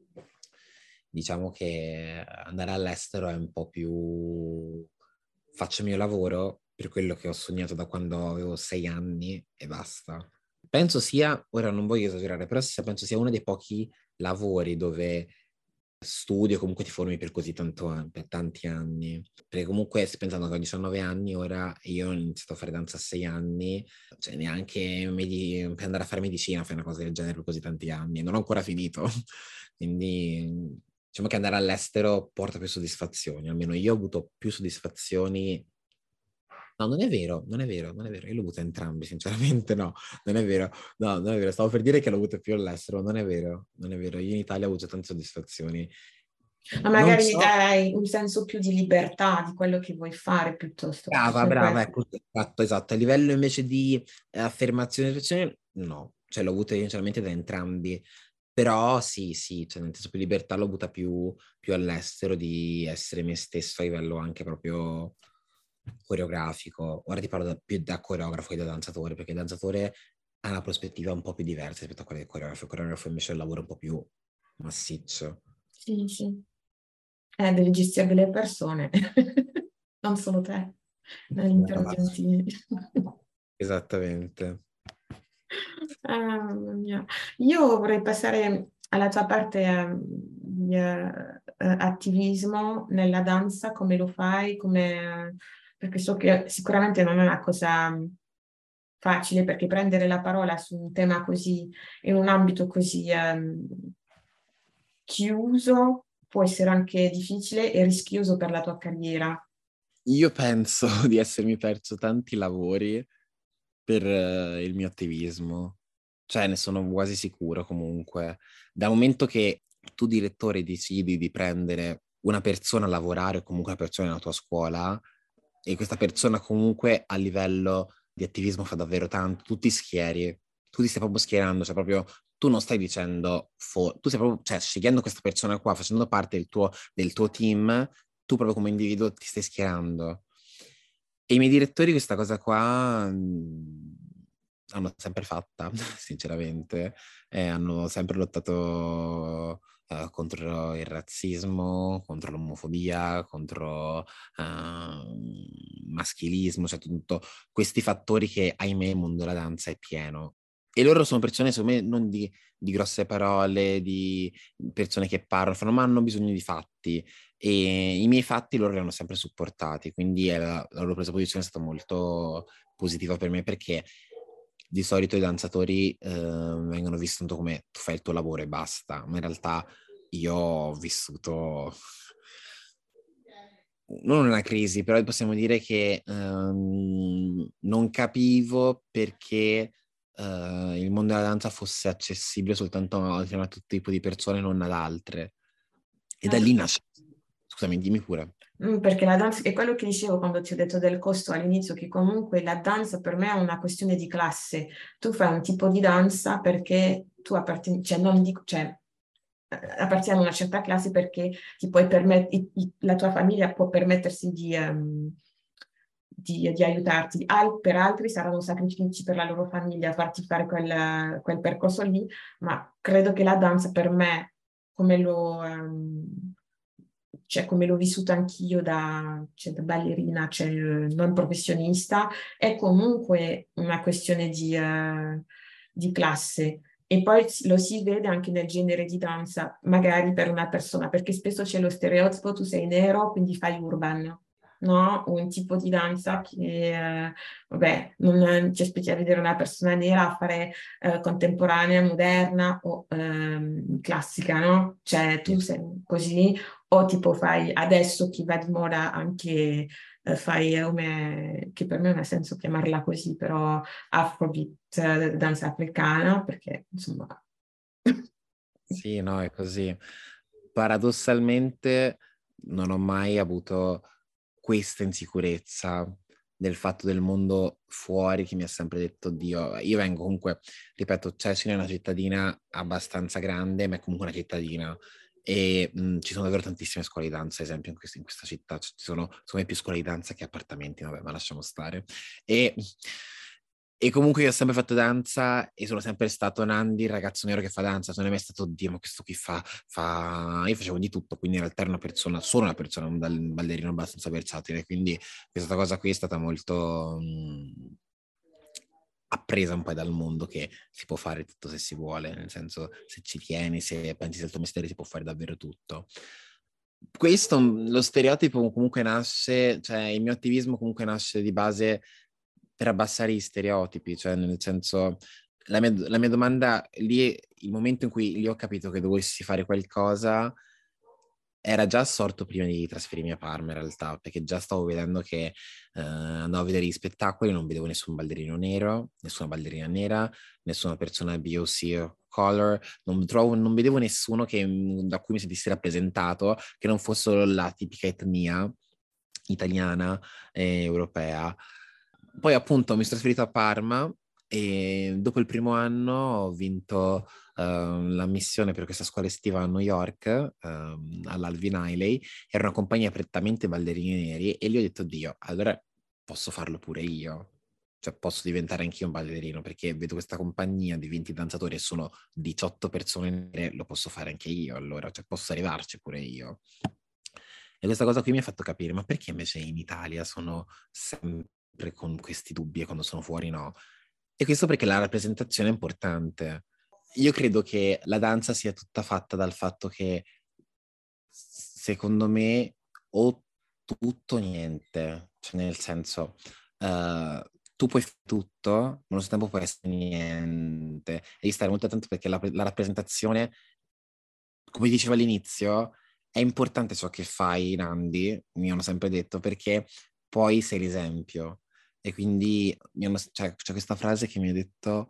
diciamo che andare all'estero è un po' più... faccio il mio lavoro per quello che ho sognato da quando avevo 6 anni e basta. Penso sia, ora non voglio esagerare, però penso sia uno dei pochi lavori dove studi o comunque ti formi per così tanto, per tanti anni. Perché comunque, se pensando che ho 19 anni, ora io ho iniziato a fare danza a 6 anni, cioè neanche per andare a fare medicina fai una cosa del genere per così tanti anni, non ho ancora finito. Quindi diciamo che andare all'estero porta più soddisfazioni, almeno io ho avuto più soddisfazioni. No, non è vero, io l'ho avuto entrambi, sinceramente no, non è vero, no, non è vero, stavo per dire che l'ho avuto più all'estero, non è vero, io in Italia ho avuto tante soddisfazioni. Ma magari hai un senso più di libertà di quello che vuoi fare piuttosto. Brava, ecco, esatto, a livello invece di affermazione, no, cioè l'ho avuto sinceramente da entrambi, però sì, cioè nel senso più libertà l'ho avuta più all'estero, di essere me stesso a livello anche proprio coreografico. Ora ti parlo più da coreografo che da danzatore, perché il danzatore ha una prospettiva un po' più diversa rispetto a quella del coreografo. Il coreografo invece è un lavoro un po' più massiccio. Sì. Devi gestire delle persone, non solo te, all'interno di un team. Esattamente. Mamma mia. Io vorrei passare alla tua parte di attivismo nella danza, come lo fai, perché so che sicuramente non è una cosa facile, perché prendere la parola su un tema così, in un ambito così chiuso, può essere anche difficile e rischioso per la tua carriera. Io penso di essermi perso tanti lavori per il mio attivismo, cioè ne sono quasi sicuro comunque. Dal momento che tu direttore decidi di prendere una persona a lavorare o comunque una persona nella tua scuola e questa persona comunque a livello di attivismo fa davvero tanto, tu ti schieri, tu ti stai proprio schierando, cioè proprio tu non stai dicendo, tu stai proprio, cioè scegliendo questa persona qua, facendo parte del tuo team, tu proprio come individuo ti stai schierando. E i miei direttori questa cosa qua hanno sempre fatta, sinceramente, hanno sempre lottato contro il razzismo, contro l'omofobia, contro il maschilismo, cioè tutti questi fattori che, ahimè, il mondo della danza è pieno. E loro sono persone, secondo me, non di grosse parole, di persone che parlano, ma hanno bisogno di fatti. E i miei fatti loro li hanno sempre supportati, quindi la loro presa di posizione è stata molto positiva per me, perché di solito i danzatori vengono visti tanto come tu fai il tuo lavoro e basta, ma in realtà io ho vissuto non una crisi, però possiamo dire che non capivo perché il mondo della danza fosse accessibile soltanto a un determinato tipo di persone, non ad altre. E da lì nasce. Scusami, dimmi pure. Perché la danza è quello che dicevo quando ti ho detto del costo all'inizio, che comunque la danza per me è una questione di classe. Tu fai un tipo di danza perché tu appartieni, cioè non dico, cioè appartieni a una certa classe perché ti puoi la tua famiglia può permettersi di aiutarti. Per altri saranno sacrifici per la loro famiglia farti fare quel percorso lì, ma credo che la danza per me, come come l'ho vissuta anch'io da ballerina, non professionista, è comunque una questione di classe. E poi lo si vede anche nel genere di danza, magari per una persona, perché spesso c'è lo stereotipo, tu sei nero, quindi fai urban, no? Un tipo di danza che, vabbè, non ci aspetti a vedere una persona nera a fare contemporanea, moderna o classica, no? Cioè tu sei così, o tipo fai adesso chi va di moda anche fai che per me non ha senso chiamarla così, però Afrobeat, danza africana, perché insomma... Sì, no, è così. Paradossalmente non ho mai avuto questa insicurezza del fatto del mondo fuori che mi ha sempre detto Dio. Io vengo comunque, ripeto, Cecina è una cittadina abbastanza grande, ma è comunque una cittadina. E ci sono davvero tantissime scuole di danza, ad esempio in questa città ci sono secondo me più scuole di danza che appartamenti, vabbè, ma lasciamo stare. E comunque io ho sempre fatto danza e sono sempre stato Nandi, il ragazzo nero che fa danza, non è mai stato Dio, ma questo qui fa... Io facevo di tutto, quindi in realtà sono una persona, un ballerino abbastanza versatile, quindi questa cosa qui è stata molto appresa un po' dal mondo, che si può fare tutto se si vuole, nel senso, se ci tieni, se pensi al tuo mestiere si può fare davvero tutto. Questo, lo stereotipo comunque nasce, cioè il mio attivismo comunque nasce di base per abbassare gli stereotipi, cioè nel senso, la mia domanda lì, il momento in cui lì ho capito che dovessi fare qualcosa, era già sorto prima di trasferirmi a Parma in realtà, perché già stavo vedendo che andavo a vedere gli spettacoli, non vedevo nessun ballerino nero, nessuna ballerina nera, nessuna persona BOC o color, non vedevo nessuno da cui mi sentissi rappresentato, che non fosse solo la tipica etnia italiana e europea. Poi appunto mi sono trasferito a Parma e dopo il primo anno ho vinto l'ammissione per questa scuola estiva a New York, all'Alvin Ailey. Era una compagnia prettamente ballerini neri e lì ho detto, Dio, allora posso farlo pure io. Cioè posso diventare anch'io un ballerino, perché vedo questa compagnia di 20 danzatori e sono 18 persone nere, lo posso fare anche io allora, cioè posso arrivarci pure io. E questa cosa qui mi ha fatto capire, ma perché invece in Italia sono sempre con questi dubbi e quando sono fuori no? E questo perché la rappresentazione è importante. Io credo che la danza sia tutta fatta dal fatto che, secondo me, o tutto o niente. Cioè, nel senso, tu puoi fare tutto, ma allo stesso tempo puoi essere niente. Devi stare molto attento perché la rappresentazione, come dicevo all'inizio, è importante ciò che fai, Nandi, mi hanno sempre detto, perché poi sei l'esempio. E quindi c'è questa frase che mi ha detto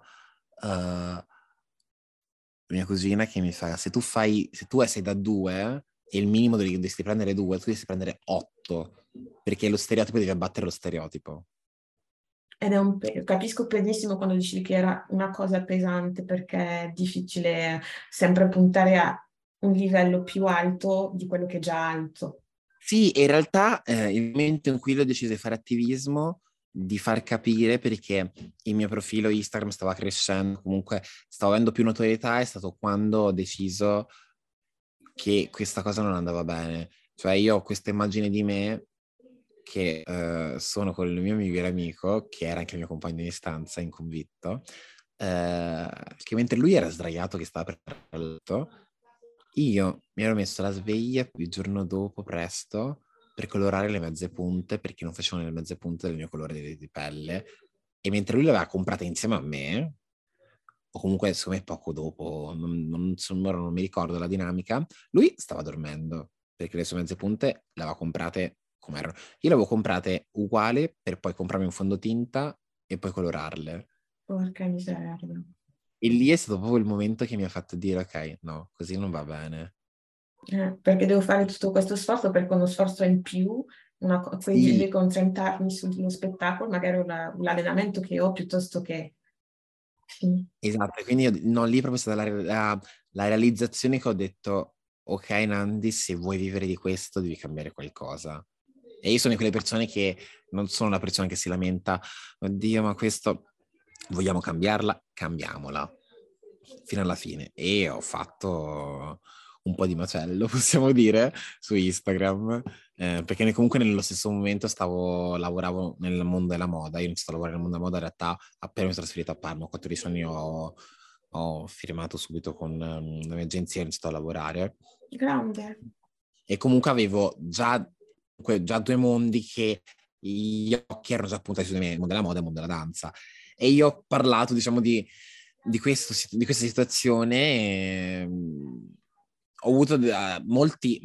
mia cugina, che mi fa, se tu sei da 2 e il minimo dovresti prendere 2, tu devi prendere 8, perché lo stereotipo devi abbattere lo stereotipo. Ed capisco benissimo quando dici che era una cosa pesante, perché è difficile sempre puntare a un livello più alto di quello che è già alto. Sì, in realtà il momento in cui ho deciso di fare attivismo, di far capire, perché il mio profilo Instagram stava crescendo, comunque stavo avendo più notorietà, è stato quando ho deciso che questa cosa non andava bene. Cioè io ho questa immagine di me che sono con il mio migliore amico, che era anche il mio compagno di stanza in convitto, che mentre lui era sdraiato che stava per il letto, io mi ero messo la sveglia il giorno dopo presto per colorare le mezze punte, perché non facevano le mezze punte del mio colore di pelle, e mentre lui le aveva comprate insieme a me, o comunque secondo me poco dopo, non mi ricordo la dinamica, lui stava dormendo, perché le sue mezze punte le aveva comprate come erano. Io le avevo comprate uguali per poi comprarmi un fondotinta e poi colorarle. Porca miseria. E lì è stato proprio il momento che mi ha fatto dire, ok, no, così non va bene. Perché devo fare tutto questo sforzo, perché uno sforzo in più, quindi devo concentrarmi sullo spettacolo, magari l'allenamento che ho piuttosto che... Sì. Esatto, quindi lì proprio è stata la realizzazione che ho detto, ok Nandi, se vuoi vivere di questo devi cambiare qualcosa. E io sono di quelle persone che non sono una persona che si lamenta, oddio, ma questo vogliamo cambiarla, cambiamola fino alla fine. E ho fatto un po' di macello, possiamo dire, su Instagram, perché comunque nello stesso momento lavoravo nel mondo della moda. Io ho iniziato a lavorare nel mondo della moda, in realtà appena mi sono trasferito a Parma, a 14 anni ho firmato subito con la mia agenzia e ho iniziato a lavorare. Grande. E comunque avevo già 2 mondi che gli occhi erano già puntati su di me, il mondo della moda e il mondo della danza. E io ho parlato, diciamo, di questa situazione. Ho avuto molti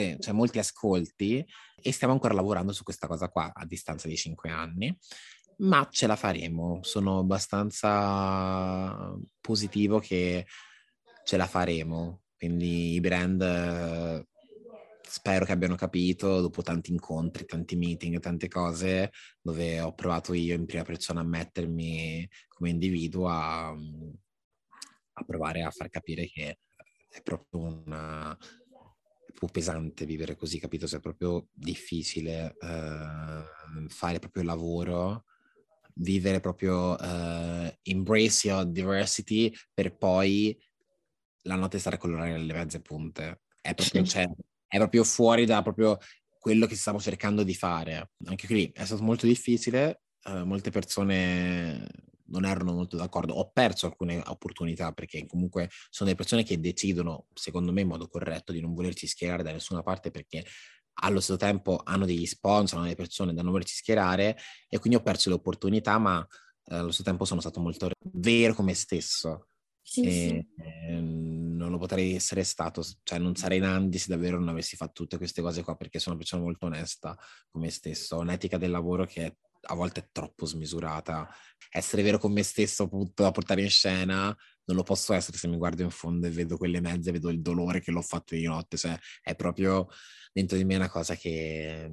ascolti e stiamo ancora lavorando su questa cosa qua a distanza di 5 anni, ma ce la faremo. Sono abbastanza positivo che ce la faremo. Quindi i brand spero che abbiano capito, dopo tanti incontri, tanti meeting, tante cose, dove ho provato io in prima persona a mettermi come individuo a provare a far capire che è proprio un po' pesante vivere così, capito? Cioè è proprio difficile fare proprio il lavoro, vivere proprio embrace your diversity per poi la notte stare con l'orario alle mezze punte. È proprio, cioè, è proprio fuori da proprio quello che stavo cercando di fare. Anche qui è stato molto difficile, molte persone non erano molto d'accordo. Ho perso alcune opportunità perché comunque sono delle persone che decidono, secondo me in modo corretto, di non volerci schierare da nessuna parte perché allo stesso tempo hanno degli sponsor, hanno delle persone da non volerci schierare e quindi ho perso le opportunità, ma allo stesso tempo sono stato molto vero con me stesso. Sì. Non lo potrei essere stato, cioè non sarei Nandi se davvero non avessi fatto tutte queste cose qua, perché sono una persona molto onesta con me stesso, ho un'etica del lavoro che a volte è troppo smisurata. Essere vero con me stesso appunto da portare in scena non lo posso essere se mi guardo in fondo e vedo quelle mezze, vedo il dolore che l'ho fatto di notte, cioè è proprio dentro di me una cosa che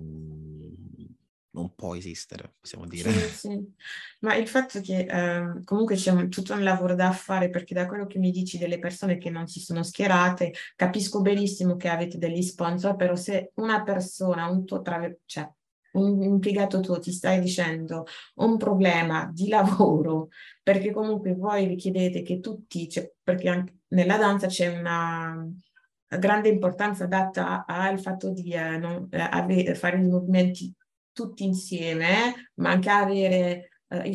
non può esistere, possiamo dire. Sì. Ma il fatto che comunque c'è tutto un lavoro da fare, perché da quello che mi dici delle persone che non si sono schierate, capisco benissimo che avete degli sponsor, però se una persona, cioè un impiegato tuo ti stai dicendo un problema di lavoro, perché comunque voi richiedete che tutti, perché anche nella danza c'è una grande importanza data al fatto di fare i movimenti tutti insieme, ma anche avere il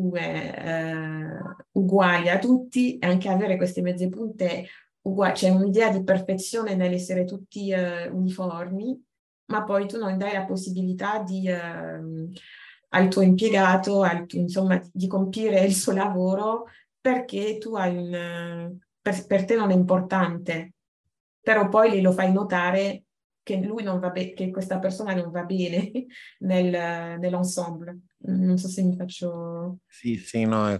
costume uguale a tutti e anche avere queste mezze punte uguali. C'è un'idea di perfezione nell'essere tutti uniformi, ma poi tu non dai la possibilità al tuo impiegato, insomma, di compiere il suo lavoro perché tu hai per te non è importante, però poi lo fai notare che lui non va bene, che questa persona non va bene nell'ensemble. Non so se mi faccio... Sì, no,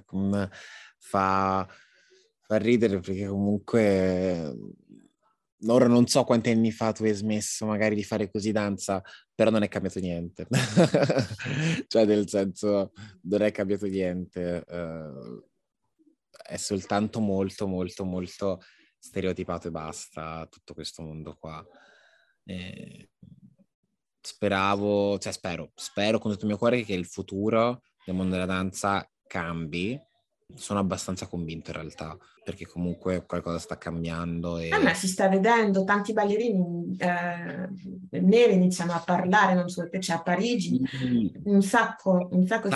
fa ridere perché comunque ora non so quanti anni fa tu hai smesso magari di fare così danza, però non è cambiato niente. Cioè nel senso non è cambiato niente. È soltanto molto, molto, molto stereotipato e basta tutto questo mondo qua. Spero con tutto il mio cuore che il futuro del mondo della danza cambi. Sono abbastanza convinto in realtà, perché comunque qualcosa sta cambiando. Ma si sta vedendo, tanti ballerini neri iniziano a parlare, non solo c'è a Parigi, un sacco.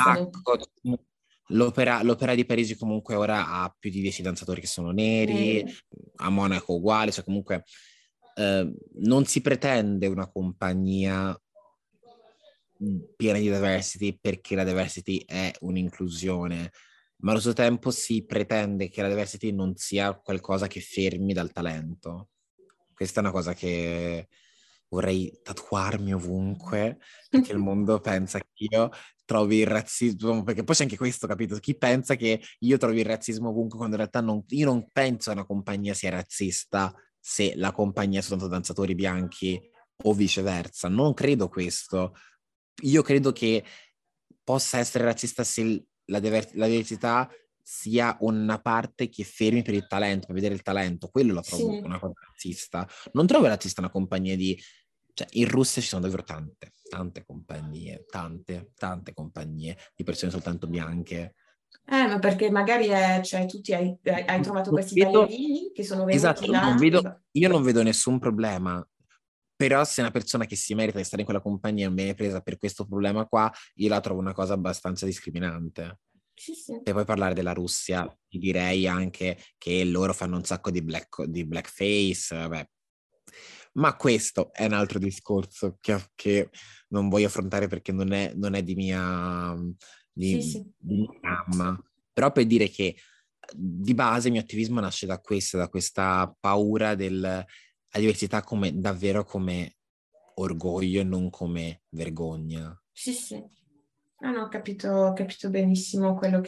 L'opera di Parigi comunque ora ha più di 10 danzatori che sono neri, a Monaco uguale, cioè comunque non si pretende una compagnia piena di diversity perché la diversity è un'inclusione, ma allo stesso tempo si pretende che la diversity non sia qualcosa che fermi dal talento. Questa è una cosa che vorrei tatuarmi ovunque, perché il mondo pensa che io trovi il razzismo, perché poi c'è anche questo, capito? Chi pensa che io trovi il razzismo ovunque quando in realtà io non penso che una compagnia sia razzista se la compagnia è soltanto danzatori bianchi o viceversa. Non credo questo. Io credo che possa essere razzista se la diversità sia una parte che fermi per il talento, per vedere il talento. Quello lo trovo una cosa razzista. Non trovo razzista una compagnia cioè in Russia ci sono davvero tante tante compagnie, tante compagnie di persone soltanto bianche. Ma perché magari cioè, tu hai trovato Non questi vedo- ballerini che sono venuti Esatto, là. io non vedo nessun problema, però se una persona che si merita di stare in quella compagnia non viene presa per questo problema qua, io la trovo una cosa abbastanza discriminante. Sì, sì. Se vuoi parlare della Russia, ti direi anche che loro fanno un sacco di blackface, vabbè. Ma questo è un altro discorso che non voglio affrontare perché non è di mia Sì. di mia gamma. Però per dire che di base il mio attivismo nasce da questa paura della diversità davvero come orgoglio e non come vergogna. Sì. No, ho capito benissimo quello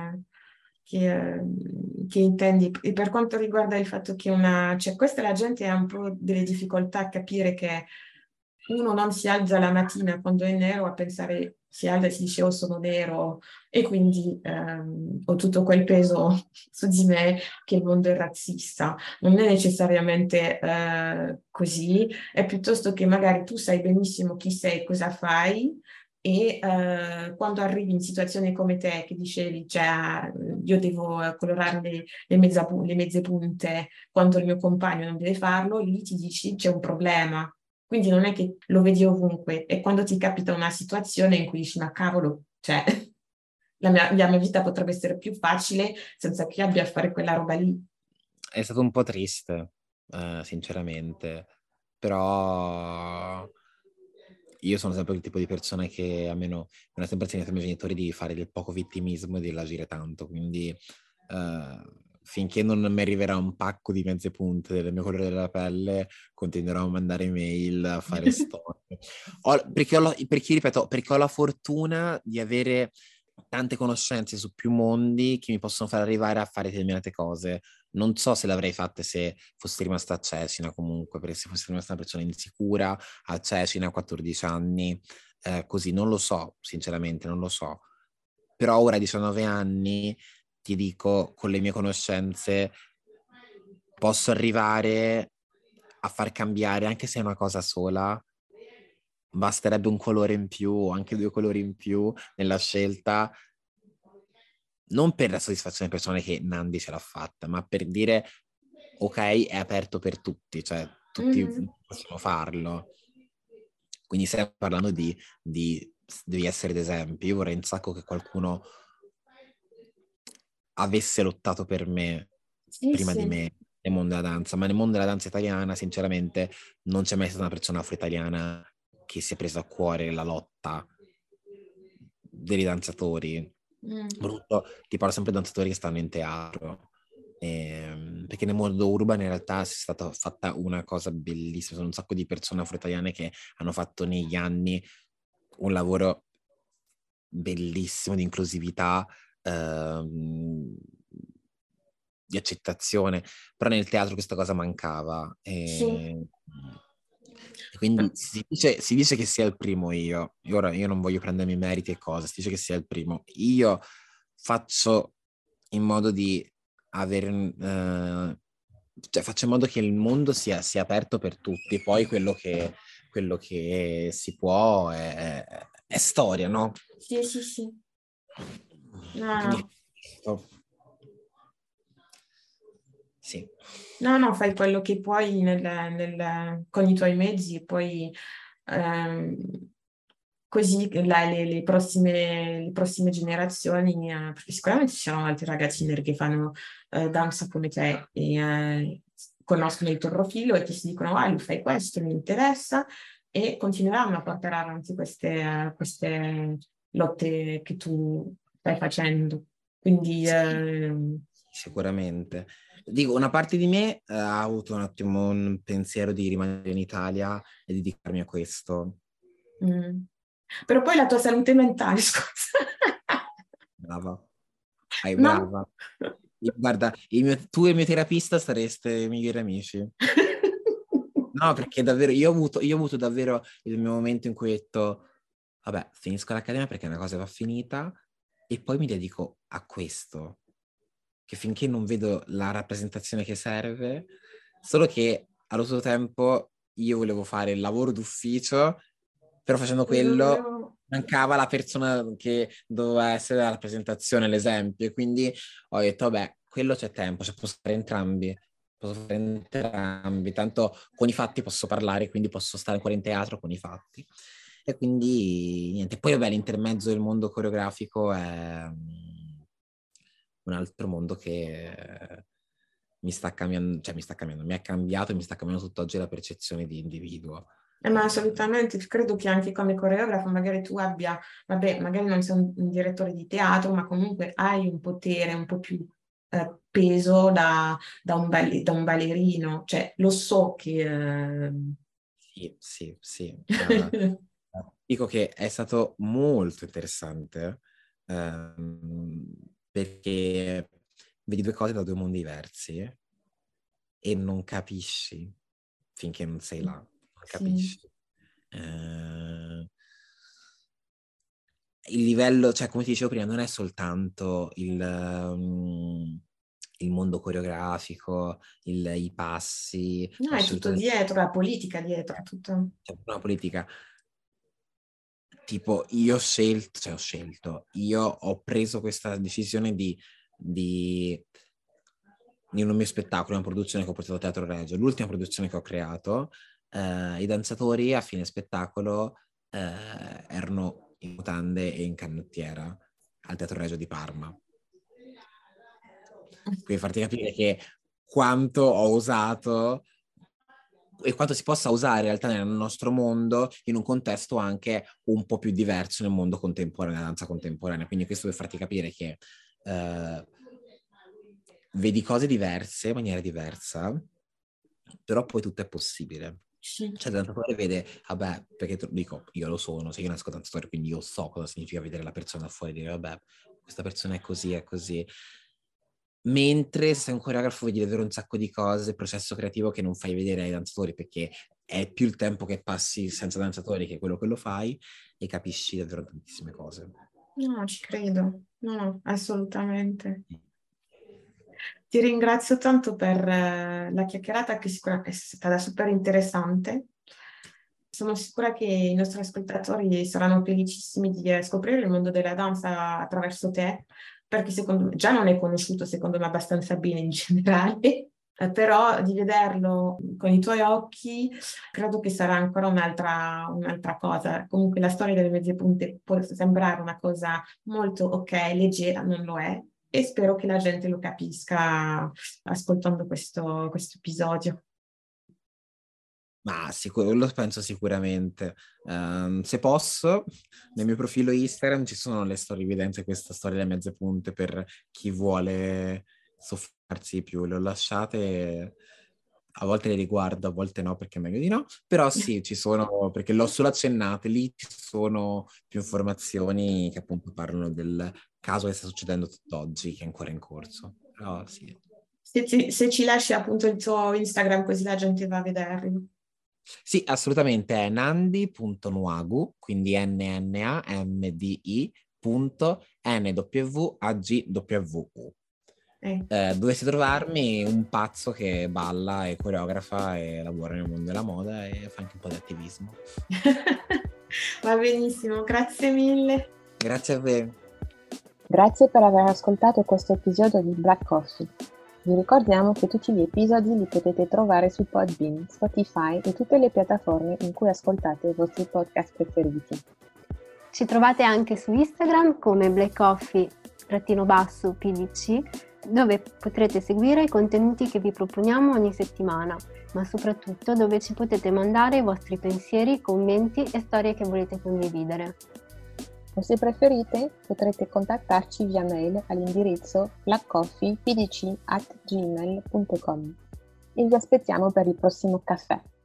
che intendi. E per quanto riguarda il fatto che cioè questa la gente ha un po' delle difficoltà a capire che uno non si alza la mattina quando è nero a pensare, si alza e si dice oh sono nero e quindi ho tutto quel peso su di me che il mondo è razzista. Non è necessariamente così, è piuttosto che magari tu sai benissimo chi sei, cosa fai e quando arrivi in situazioni come te che dicevi, cioè io devo colorare le mezze punte quando il mio compagno non deve farlo, lì ti dici c'è un problema. Quindi non è che lo vedi ovunque, e quando ti capita una situazione in cui dici ma cavolo, cioè la mia vita potrebbe essere più facile senza che abbia a fare quella roba lì. È stato un po' triste, sinceramente, però io sono sempre il tipo di persona che almeno mi hanno sempre insegnato i miei genitori di fare del poco vittimismo e di agire tanto, quindi finché non mi arriverà un pacco di mezze punte del mio colore della pelle, continuerò a mandare email, a fare storie. Perché ho la fortuna di avere tante conoscenze su più mondi che mi possono far arrivare a fare determinate cose. Non so se l'avrei fatta se fossi rimasta a Cecina comunque, perché se fossi rimasta una persona insicura a Cecina a 14 anni, così non lo so, sinceramente non lo so. Però ora a 19 anni ti dico, con le mie conoscenze posso arrivare a far cambiare, anche se è una cosa sola, basterebbe un colore in più o anche 2 colori in più nella scelta, non per la soddisfazione persone che Nandi ce l'ha fatta, ma per dire ok, è aperto per tutti, cioè tutti possono farlo. Quindi stiamo parlando devi essere d'esempio. Io vorrei un sacco che qualcuno avesse lottato per me prima di me nel mondo della danza, ma nel mondo della danza italiana sinceramente non c'è mai stata una persona afro-italiana che si è presa a cuore la lotta dei danzatori. Brutto, ti parlo sempre di danzatori che stanno in teatro, perché nel mondo urbano in realtà è stata fatta una cosa bellissima, sono un sacco di persone afro-italiane che hanno fatto negli anni un lavoro bellissimo di inclusività, di accettazione, però nel teatro questa cosa mancava e quindi si dice che sia il primo io non voglio prendermi meriti e cose, si dice che sia il primo, io faccio in modo di avere cioè faccio in modo che il mondo sia aperto per tutti, poi quello che si può è storia, no? Sì. No. Quindi, sì. No, fai quello che puoi con i tuoi mezzi e poi così le prossime generazioni, perché sicuramente ci sono altri ragazzi neri che fanno danza come te e conoscono il tuo profilo e ti si dicono lui fai questo, mi interessa e continueranno a portare avanti queste lotte che tu stai facendo. Quindi sicuramente. Dico, una parte di me ha avuto un attimo un pensiero di rimanere in Italia e dedicarmi a questo. Però poi la tua salute mentale, scusa. Brava. Brava. Guarda, tu e il mio terapista sareste migliori amici. No, perché davvero, io ho avuto davvero il mio momento in cui ho detto, vabbè, finisco l'accademia perché una cosa va finita e poi mi dedico a questo. Che finché non vedo la rappresentazione che serve, solo che allo stesso tempo io volevo fare il lavoro d'ufficio Però facendo quello mancava la persona che doveva essere la rappresentazione, l'esempio, e quindi ho detto, vabbè, quello c'è tempo, cioè posso fare entrambi, tanto con i fatti posso parlare, quindi posso stare ancora in teatro con i fatti. E quindi niente, poi vabbè, l'intermezzo del mondo coreografico è un altro mondo che mi sta cambiando, mi è cambiato e mi sta cambiando tutt'oggi la percezione di individuo. Ma assolutamente, credo che anche come coreografo magari tu abbia, vabbè, magari non sei un direttore di teatro, ma comunque hai un potere un po' più peso da un ballerino, cioè lo so che... Sì. Dico che è stato molto interessante perché vedi due cose da due mondi diversi e non capisci finché non sei là, non capisci. Il livello, cioè come ti dicevo prima, non è soltanto il mondo coreografico, i passi. No, è tutto dietro, la politica dietro, tutto. C'è una politica. Tipo, io ho preso questa decisione di un mio spettacolo, una produzione che ho portato a Teatro Regio, l'ultima produzione che ho creato, i danzatori a fine spettacolo erano in mutande e in canottiera al Teatro Regio di Parma. Quindi farti capire che quanto ho usato e quanto si possa usare in realtà nel nostro mondo in un contesto anche un po' più diverso nel mondo contemporaneo, nella danza contemporanea. Quindi questo per farti capire che vedi cose diverse in maniera diversa, però poi tutto è possibile. Cioè il danzatore vede, vabbè, perché dico, io lo sono, se io nasco danzatore, quindi io so cosa significa vedere la persona fuori e dire, vabbè, questa persona è così. Mentre se sei un coreografo vedi davvero un sacco di cose, processo creativo che non fai vedere ai danzatori perché è più il tempo che passi senza danzatori che quello che lo fai e capisci davvero tantissime cose. No, ci credo, no, assolutamente. Ti ringrazio tanto per la chiacchierata che sicuramente è stata super interessante. Sono sicura che i nostri ascoltatori saranno felicissimi di scoprire il mondo della danza attraverso te, perché secondo me già non è conosciuto, secondo me abbastanza bene in generale, però di vederlo con i tuoi occhi credo che sarà ancora un'altra cosa. Comunque la storia delle mezze punte può sembrare una cosa molto ok, leggera, non lo è, e spero che la gente lo capisca ascoltando questo episodio. Ma lo penso sicuramente. Se posso, nel mio profilo Instagram ci sono le storie evidenti, questa storia delle mezze punte per chi vuole soffermarsi di più. Le ho lasciate, a volte le riguardo, a volte no, perché è meglio di no. Però sì, ci sono, perché l'ho solo accennate, lì ci sono più informazioni che appunto parlano del caso che sta succedendo tutt'oggi, che è ancora in corso. Però sì. Se ci lasci appunto il tuo Instagram così la gente va a vederlo. Sì, assolutamente, è nandi.nwagwu, quindi nandi.nwagwu. Dovete trovarmi un pazzo che balla e coreografa e lavora nel mondo della moda e fa anche un po' di attivismo. Va benissimo, grazie mille. Grazie a voi. Grazie per aver ascoltato questo episodio di Black Coffee. Vi ricordiamo che tutti gli episodi li potete trovare su Podbean, Spotify e tutte le piattaforme in cui ascoltate i vostri podcast preferiti. Ci trovate anche su Instagram come blackcoffee_pdc, dove potrete seguire i contenuti che vi proponiamo ogni settimana, ma soprattutto dove ci potete mandare i vostri pensieri, commenti e storie che volete condividere. Se preferite, potrete contattarci via mail all'indirizzo blackcoffeepdc@gmail.com e vi aspettiamo per il prossimo caffè.